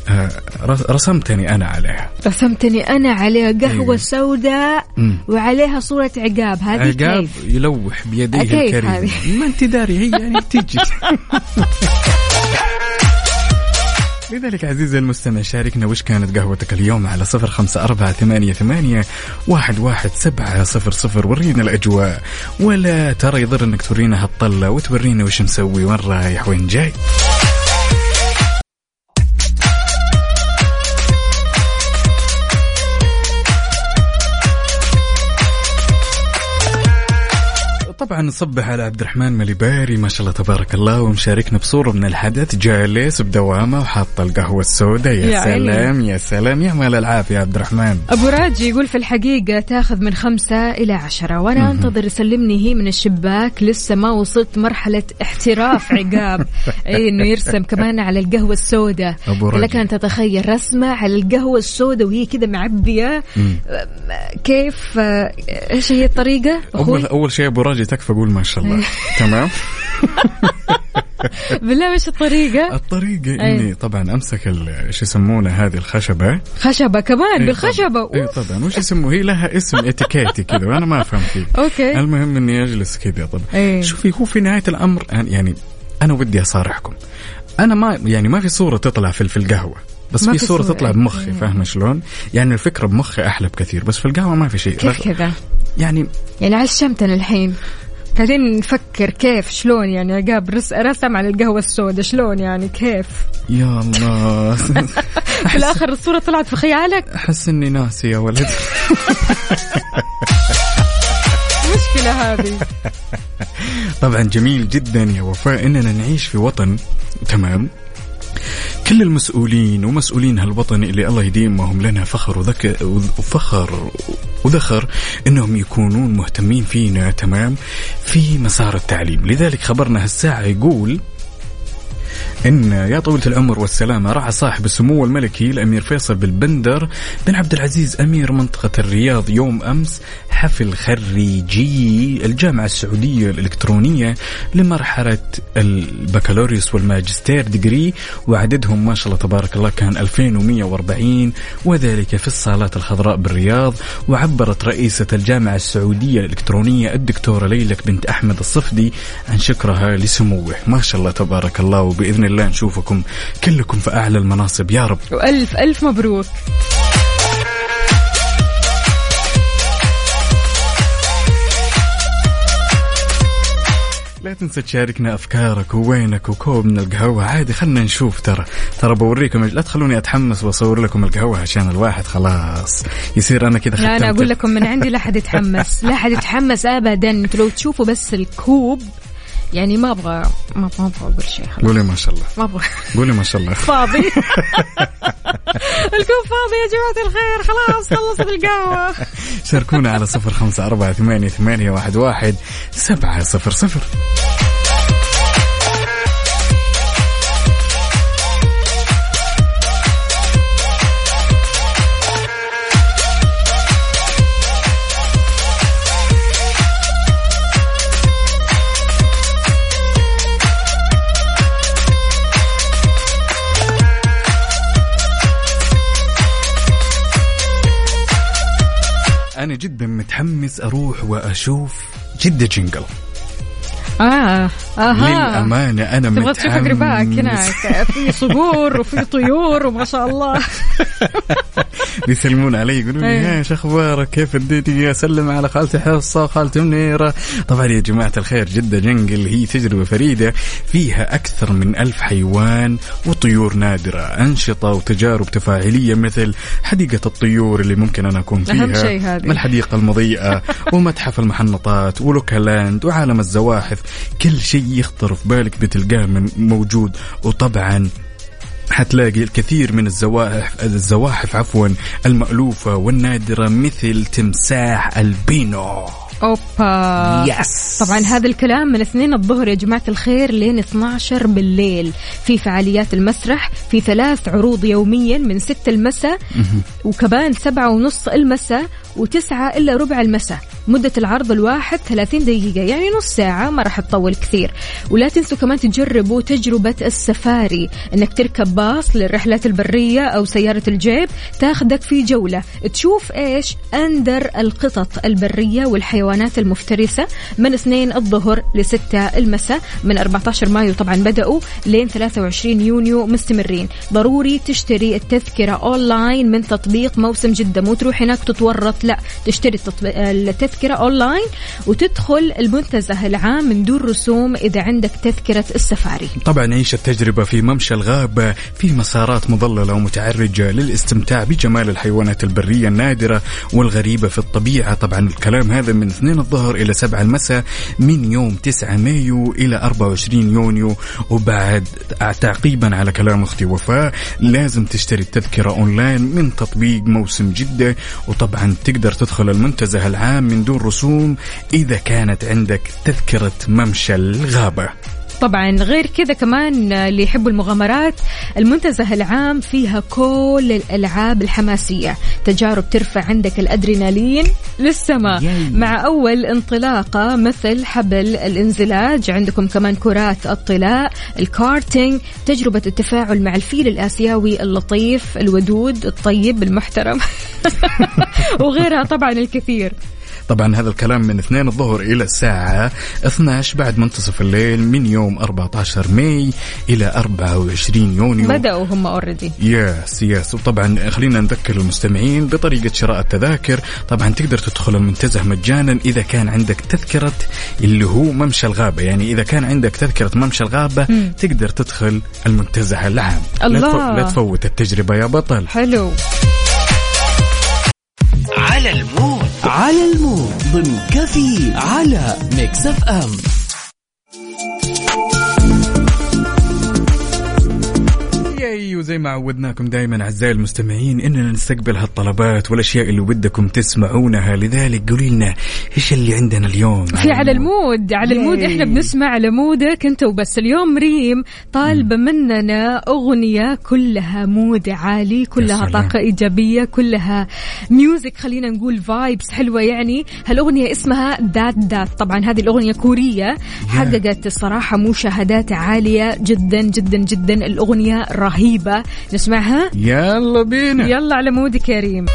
رسمتني أنا عليها قهوة سوداء وعليها صورة عقاب. هذه عقاب يلوح بيديه الكريم. ما انت داري هي يعني تيجي. لذلك عزيزي المستمع شاركنا وش كانت قهوتك اليوم على 0548811700. ورينا الأجواء، ولا ترى يضر انك تورينا هالطلة وتورينا وش مسوي وين رايح وين جاي. طبعا نصبح على عبد الرحمن مليباري ما شاء الله تبارك الله، ومشاركنا بصورة من الحدث جالس بدوامه وحاط القهوة السوداء. يا سلام يا سلام يا مال العافية يا عبد الرحمن. أبو راجي يقول في الحقيقة تاخذ من 5 إلى 10 وأنا أنتظر يسلمني هي من الشباك، لسه ما وصلت مرحلة احتراف عقاب. أي إنه يرسم كمان على القهوة السوداء. لك أن تتخيل رسمة على القهوة السوداء وهي كذا معبية. كيف إيش هي الطريقة؟ أول شيء أبو راجي تكفى أقول ما شاء الله. تمام. بالله مش الطريقة إني طبعا أمسك شو يسمونه هذه الخشبة كمان بالخشبة. طبعا وش يسموه، هي لها اسم اتيكيتي كذا وأنا ما أفهم فيه. أوكي. المهم إني أجلس كذا. طبعا شوفي هو في نهاية الأمر يعني أنا ودي أصارحكم، أنا ما في صورة تطلع في القهوة، بس في صورة تطلع بمخي. فاهمة شلون؟ يعني الفكرة بمخي أحلى بكثير، بس في القهوة ما في شيء. كيف كذا يعني عشمتنا الحين قاعدين نفكر كيف شلون يعني عقاب رسم على القهوة السوداء شلون يعني كيف. يا الله. في الآخر الصورة طلعت في خيالك. أحس إني ناسي يا ولد. مشكلة هذه. طبعا جميل جدا يا وفاء إننا نعيش في وطن تمام كل المسؤولين ومسؤولين هالوطن اللي الله يديمهم لنا فخر وذخر إنهم يكونون مهتمين فينا تمام في مسار التعليم. لذلك خبرنا هالساعة يقول إن يا طولة العمر والسلامة رعى صاحب السمو الملكي الأمير فيصل بن عبد العزيز أمير منطقة الرياض يوم أمس حفل خريجي الجامعة السعودية الإلكترونية لمرحلة البكالوريوس والماجستير ديجري، وعددهم ما شاء الله تبارك الله كان 2140، وذلك في الصالات الخضراء بالرياض. وعبرت رئيسة الجامعة السعودية الإلكترونية الدكتورة ليلك بنت أحمد الصفدي عن شكرها لسموه. ما شاء الله تبارك الله، وبإذن الله نشوفكم كلكم في أعلى المناصب يا رب. وألف ألف مبروك. لا تنسى تشاركنا أفكارك ووينك وكوب من القهوة عادي. خلنا نشوف ترى بوريكم، لا تخلوني أتحمس وأصور لكم القهوة عشان الواحد خلاص يصير أنا كذا. لا أنا أقول لكم من عندي لا حد يتحمس أبدا. أنتوا لو تشوفوا بس الكوب يعني ما أبغى أقول شيء. قولي ما شاء الله. ما أبغى. قولي ما شاء الله. فاضي. الكوب فاضي يا جماعة الخير، خلاص خلصت القهوة. شاركونا على 0548811700. أنا جدا متحمس أروح وأشوف جدة جنجل. للأمانة أنا متحمس. تبغى تشوف قرباك هناك في صقور وفي طيور وما شاء الله. بيسلمون علي يقولون لي يا شو أخبارك كيف اديتي، أسلم على خالتي حصة وخالتي منيرة. طبعا يا جماعة الخير جدة جنجل هي تجربة فريدة فيها أكثر من 1000 حيوان وطيور نادرة، أنشطة وتجارب تفاعلية مثل حديقة الطيور اللي ممكن أنا أكون فيها، الحديقة المضيئة ومتحف المحنطات ولوكالاند وعالم الزواحف. كل شيء يخطر في بالك بتلقاه موجود. وطبعا حتلاقي الكثير من الزواحف المألوفة والنادرة مثل تمساح البينو. أوبا يس. طبعا هذا الكلام من 2 الظهر يا جماعة الخير لين 12 بالليل في فعاليات المسرح، في 3 عروض يوميا من 6 المساء وكمان 7:30 المساء، و9 إلا ربع المساء. مدة العرض الواحد 30 دقيقة، يعني نص ساعة، ما راح تطول كثير. ولا تنسوا كمان تجربوا تجربة السفاري، انك تركب باص للرحلات البرية او سيارة الجيب تاخدك في جولة تشوف ايش أندر القطط البرية والحيوانات المفترسة من 2 الظهر ل6 المساء من 14 مايو طبعا بدأوا لين 23 يونيو مستمرين. ضروري تشتري التذكرة أونلاين من تطبيق موسم جدة، مو تروح هناك تتورط، لا تشتري التذكرة أونلاين وتدخل المنتزه العام من دون رسوم إذا عندك تذكرة السفاري. طبعا عيش التجربة في ممشى الغابة، في مسارات مظللة ومتعرجة للاستمتاع بجمال الحيوانات البرية النادرة والغريبة في الطبيعة. طبعا الكلام هذا من 2 الظهر إلى 7 المساء من يوم 9 مايو إلى 24 يونيو. وبعد تعقيبا على كلام أختي وفاء لازم تشتري التذكرة أونلاين من تطبيق موسم جدة، وطبعا تقدر تدخل المنتزه العام من دون رسوم إذا كانت عندك تذكرة ممشى الغابة. طبعا غير كذا كمان اللي يحبوا المغامرات، المنتزه العام فيها كل الألعاب الحماسية، تجارب ترفع عندك الأدرينالين للسماء مع أول انطلاقة مثل حبل الانزلاج. عندكم كمان كرات الطلاء، الكارتينج، تجربة التفاعل مع الفيل الآسيوي اللطيف الودود الطيب المحترم وغيرها طبعا الكثير. طبعا هذا الكلام من 2 الظهر إلى الساعة 12 بعد منتصف الليل من يوم 14 ماي إلى 24 يونيو. بدأوا هم أوريدي. يس. وطبعا خلينا نذكر المستمعين بطريقة شراء التذاكر. طبعا تقدر تدخل المنتزه مجانا إذا كان عندك تذكرة اللي هو ممشى الغابة، يعني إذا كان عندك تذكرة ممشى الغابة تقدر تدخل المنتزه العام. الله. لا تفوت التجربة يا بطل. حلو. على المود ضمن كافيين على ميكس اف ام. وزي ما عودناكم دائما أعزائي المستمعين إننا نستقبل هالطلبات والأشياء اللي ودكم تسمعونها، لذلك قولي لنا إيش اللي عندنا اليوم في على المود. على المود إحنا بنسمع على مودك أنت وبس. اليوم ريم طالبة مننا أغنية كلها مود عالي، كلها طاقة إيجابية، كلها ميوزك، خلينا نقول فايبس حلوة. يعني هالأغنية اسمها دات. طبعا هذه الأغنية كورية، حققت الصراحة مشاهدات عالية جدا جدا جدا. الأغنية رهيبة، نسمعها. يلا بينا، يلا على مودك يا ريم.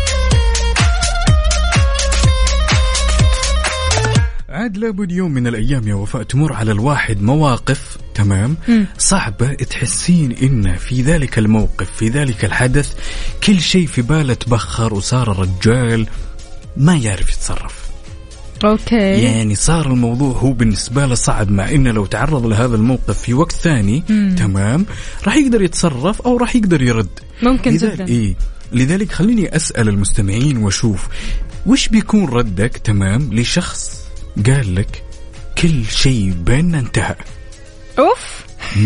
عاد لابد يوم من الأيام يا وفاء تمر على الواحد مواقف تمام صعبة، تحسين إن في ذلك الموقف في ذلك الحدث كل شيء في باله تبخر وصار الرجال ما يعرف يتصرف. أوكي. يعني صار الموضوع هو بالنسبة له صعب، مع إنه لو تعرض لهذا الموقف في وقت ثاني تمام راح يقدر يتصرف أو راح يقدر يرد. ممكن جدا. لذلك خليني أسأل المستمعين وشوف وش بيكون ردك تمام لشخص قال لك كل شيء بيننا انتهى. أوف.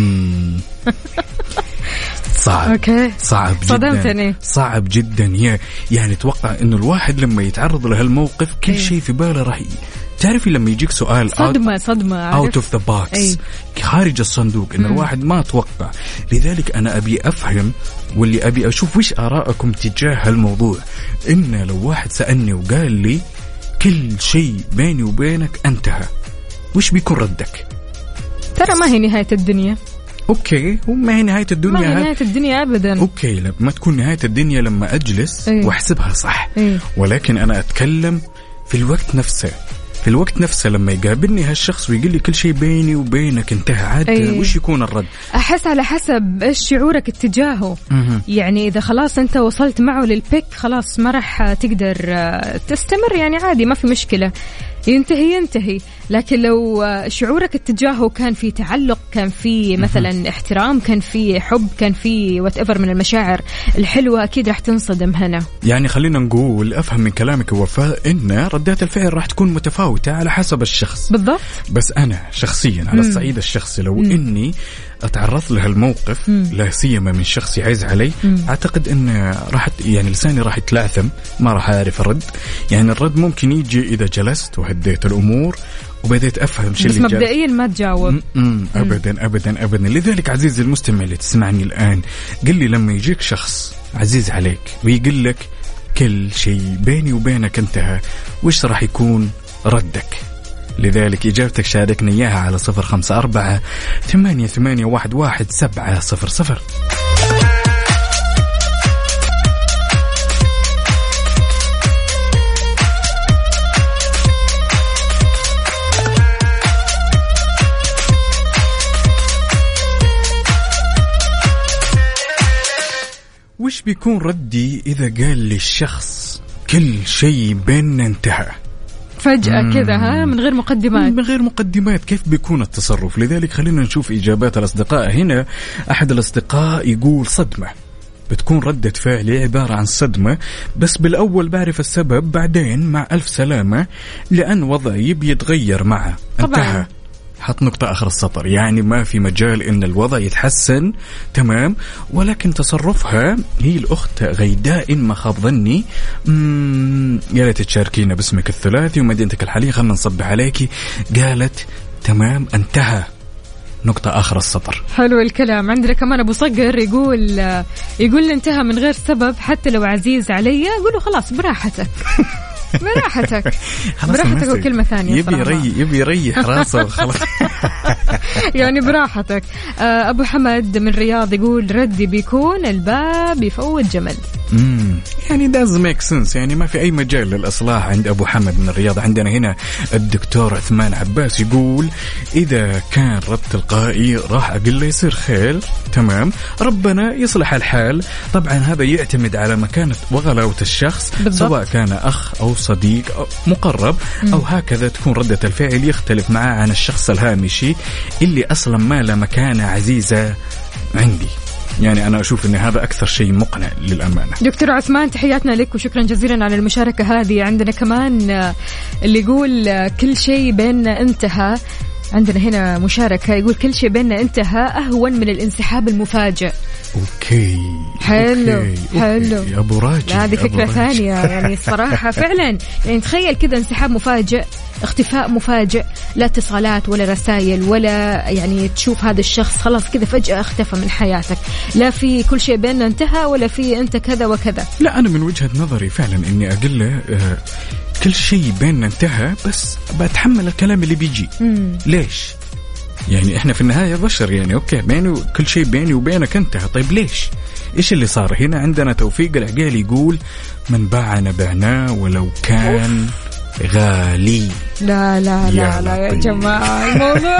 صعب. أوكي. صعب جدا. صدمتني. صعب جدا. يعني توقع إنه الواحد لما يتعرض لهالموقف كل شيء في باله راح تعرفي لما يجيك سؤال صدمة out of the box خارج الصندوق إن الواحد ما توقع. لذلك أنا أبي أفهم واللي أبي أشوف وش آراءكم تجاه هالموضوع. إن لو واحد سألني وقال لي كل شيء بيني وبينك انتهى، وش بيكون ردك؟ ترى ما هي نهاية الدنيا. أوكي، وما هي نهاية الدنيا. ما هي نهاية الدنيا أبدا. أوكي، ما تكون نهاية الدنيا لما أجلس وأحسبها صح. ولكن أنا أتكلم في الوقت نفسه. في الوقت نفسه لما يقابلني هالشخص ويقول لي كل شيء بيني وبينك انتهى، عاد وش يكون الرد؟ أحس على حسب إيش شعورك اتجاهه. يعني إذا خلاص أنت وصلت معه للبيك خلاص ما راح تقدر تستمر، يعني عادي ما في مشكلة، ينتهي. لكن لو شعورك اتجاهه كان في تعلق، كان في مثلا احترام، كان في حب، كان في whatever من المشاعر الحلوة، أكيد راح تنصدم هنا. يعني خلينا نقول أفهم من كلامك وفاء إن ردات الفعل راح تكون متفاوتة على حسب الشخص. بالضبط. بس أنا شخصيا على الصعيد الشخصي لو إني أتعرض لهالموقف لا سيما من شخص يعز علي، أعتقد إن يعني لساني راح يتلعثم، ما راح أعرف أرد. يعني الرد ممكن يجي إذا جلست وهديت الأمور وبديت أفهم شيء اللي بس مبدئيا ما تجاوب. أبدا أبدا أبدا. لذلك عزيزي المستمع اللي تسمعني الآن، قل لي لما يجيك شخص عزيز عليك ويقول لك كل شيء بيني وبينك انتهى، وش راح يكون ردك؟ لذلك إجابتك شاركني إياها على 0548811700. وش بيكون ردي إذا قال لي الشخص كل شيء بيننا انتهى فجأة كذا، ها، من غير مقدمات؟ من غير مقدمات. كيف بيكون التصرف؟ لذلك خلينا نشوف إجابات الأصدقاء. هنا أحد الأصدقاء يقول صدمة، بتكون ردة فعلي عبارة عن صدمة، بس بالأول بعرف السبب، بعدين مع ألف سلامة لأن وضعي بيتغير معه. انتهى، حط نقطة آخر السطر. يعني ما في مجال إن الوضع يتحسن، تمام، ولكن تصرفها هي الأخت غيداء ما خاب ظني. يا ريت تشاركينا باسمك الثلاثي ومدينتك الحالية، خلنا نصبح عليكي. قالت تمام انتهى، نقطة آخر السطر. حلو الكلام. عندنا كمان أبو صقر يقول انتهى من غير سبب، حتى لو عزيز علي أقوله خلاص براحتك. براحتك براحتك وكلمة ثانية يبي يريح راسه وخلاص. يعني براحتك. أبو حمد من الرياض يقول ردي بيكون الباب يفوت جمل. يعني does make sense، يعني ما في أي مجال للإصلاح عند أبو حمد من الرياض. عندنا هنا الدكتور عثمان عباس يقول إذا كان رد تلقائي راح أقول له يصير خير، تمام، ربنا يصلح الحال. طبعا هذا يعتمد على مكانة وغلاوة الشخص بالضبط. سواء كان أخ أو صديق أو مقرب أو هكذا، تكون ردة الفعل يختلف معه عن الشخص الهامشي اللي أصلا ما له مكانة عزيزة عندي. يعني أنا أشوف أن هذا أكثر شيء مقنع للأمانة. دكتور عثمان تحياتنا لك وشكرا جزيلا على المشاركة هذه. عندنا كمان اللي يقول كل شيء بيننا انتهى. عندنا هنا مشاركة يقول كل شيء بيننا انتهى أهون من الانسحاب المفاجئ. أوكي حلو أوكي. حلو يا أبو راجل، هذه فكرة ثانية. يعني الصراحة فعلا، يعني تخيل كذا انسحاب مفاجئ، اختفاء مفاجئ، لا اتصالات ولا رسائل ولا يعني تشوف هذا الشخص خلاص كذا فجأة اختفى من حياتك، لا في كل شيء بيننا انتهى ولا في انت كذا وكذا. لا، أنا من وجهة نظري فعلا إني أقول له كل شيء بيننا انتهى، بس بتحمل الكلام اللي بيجي. ليش؟ يعني إحنا في النهاية بشر، يعني أوكي بيني كل شيء بيني وبينك انتهى، طيب ليش؟ إيش اللي صار هنا؟ عندنا توفيق العقيل يقول من باعنا بعناه ولو كان غالي. لا لا لا لا يا جماعة، الموضوع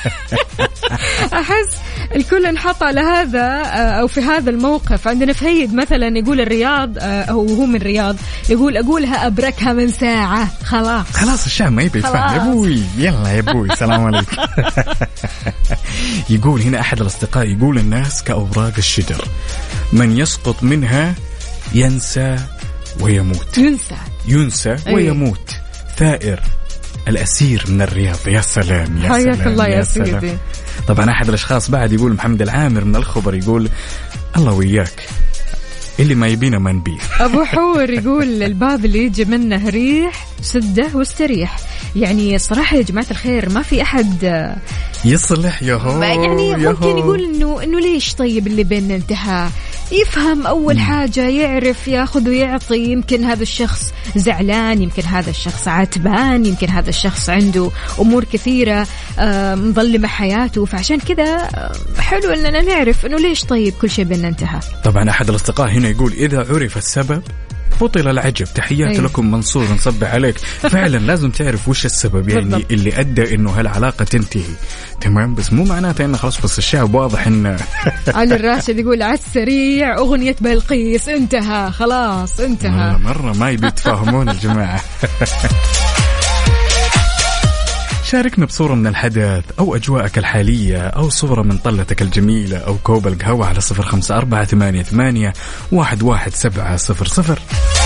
أحس الكل انحط على هذا أو في هذا الموقف. عندنا فهيد مثلا يقول الرياض أو هو من الرياض يقول أقولها أبركها من ساعة، خلاص الشعب ما يبي يدفع يا أبوي، يلا يا أبوي سلام عليكم. يقول هنا أحد الأصدقاء يقول الناس كأوراق الشجر، من يسقط منها ينسى ويموت. ينسى ويموت. ثائر الأسير من الرياض. يا سلام يا حياك سلام الله يا سيدي. طبعا أحد الأشخاص بعد يقول محمد العامر من الخبر يقول الله وياك، اللي ما يبينا ما نبيه. أبو حور يقول الباب اللي يجي منه ريح سده واستريح. يعني الصراحة يا جماعة الخير ما في أحد يصلح يهو، يعني ممكن يقول إنه ليش طيب اللي بيننا انتهى، يفهم أول حاجة، يعرف ياخذ ويعطي. يمكن هذا الشخص زعلان، يمكن هذا الشخص عاتبان، يمكن هذا الشخص عنده أمور كثيرة مظلمة حياته، فعشان كذا حلو أننا نعرف إنه ليش طيب كل شيء بيننا انتهى. طبعا أحد الأصدقاء هنا يقول إذا عرف السبب بطل العجب. تحياتي لكم منصور، نصبح عليك. فعلا لازم تعرف وش السبب يعني اللي أدى إنه هالعلاقة تنتهي، تمام، بس مو معناته إنه خلاص، بس الشعب واضح إنه علي الراشد يقول على السريع أغنية بلقيس انتهى، خلاص انتهى. مرة ما يبي يتفاهمون الجماعة. شاركنا بصورة من الحدث أو أجواءك الحالية أو صورة من طلتك الجميلة أو كوب القهوة على 0548811700.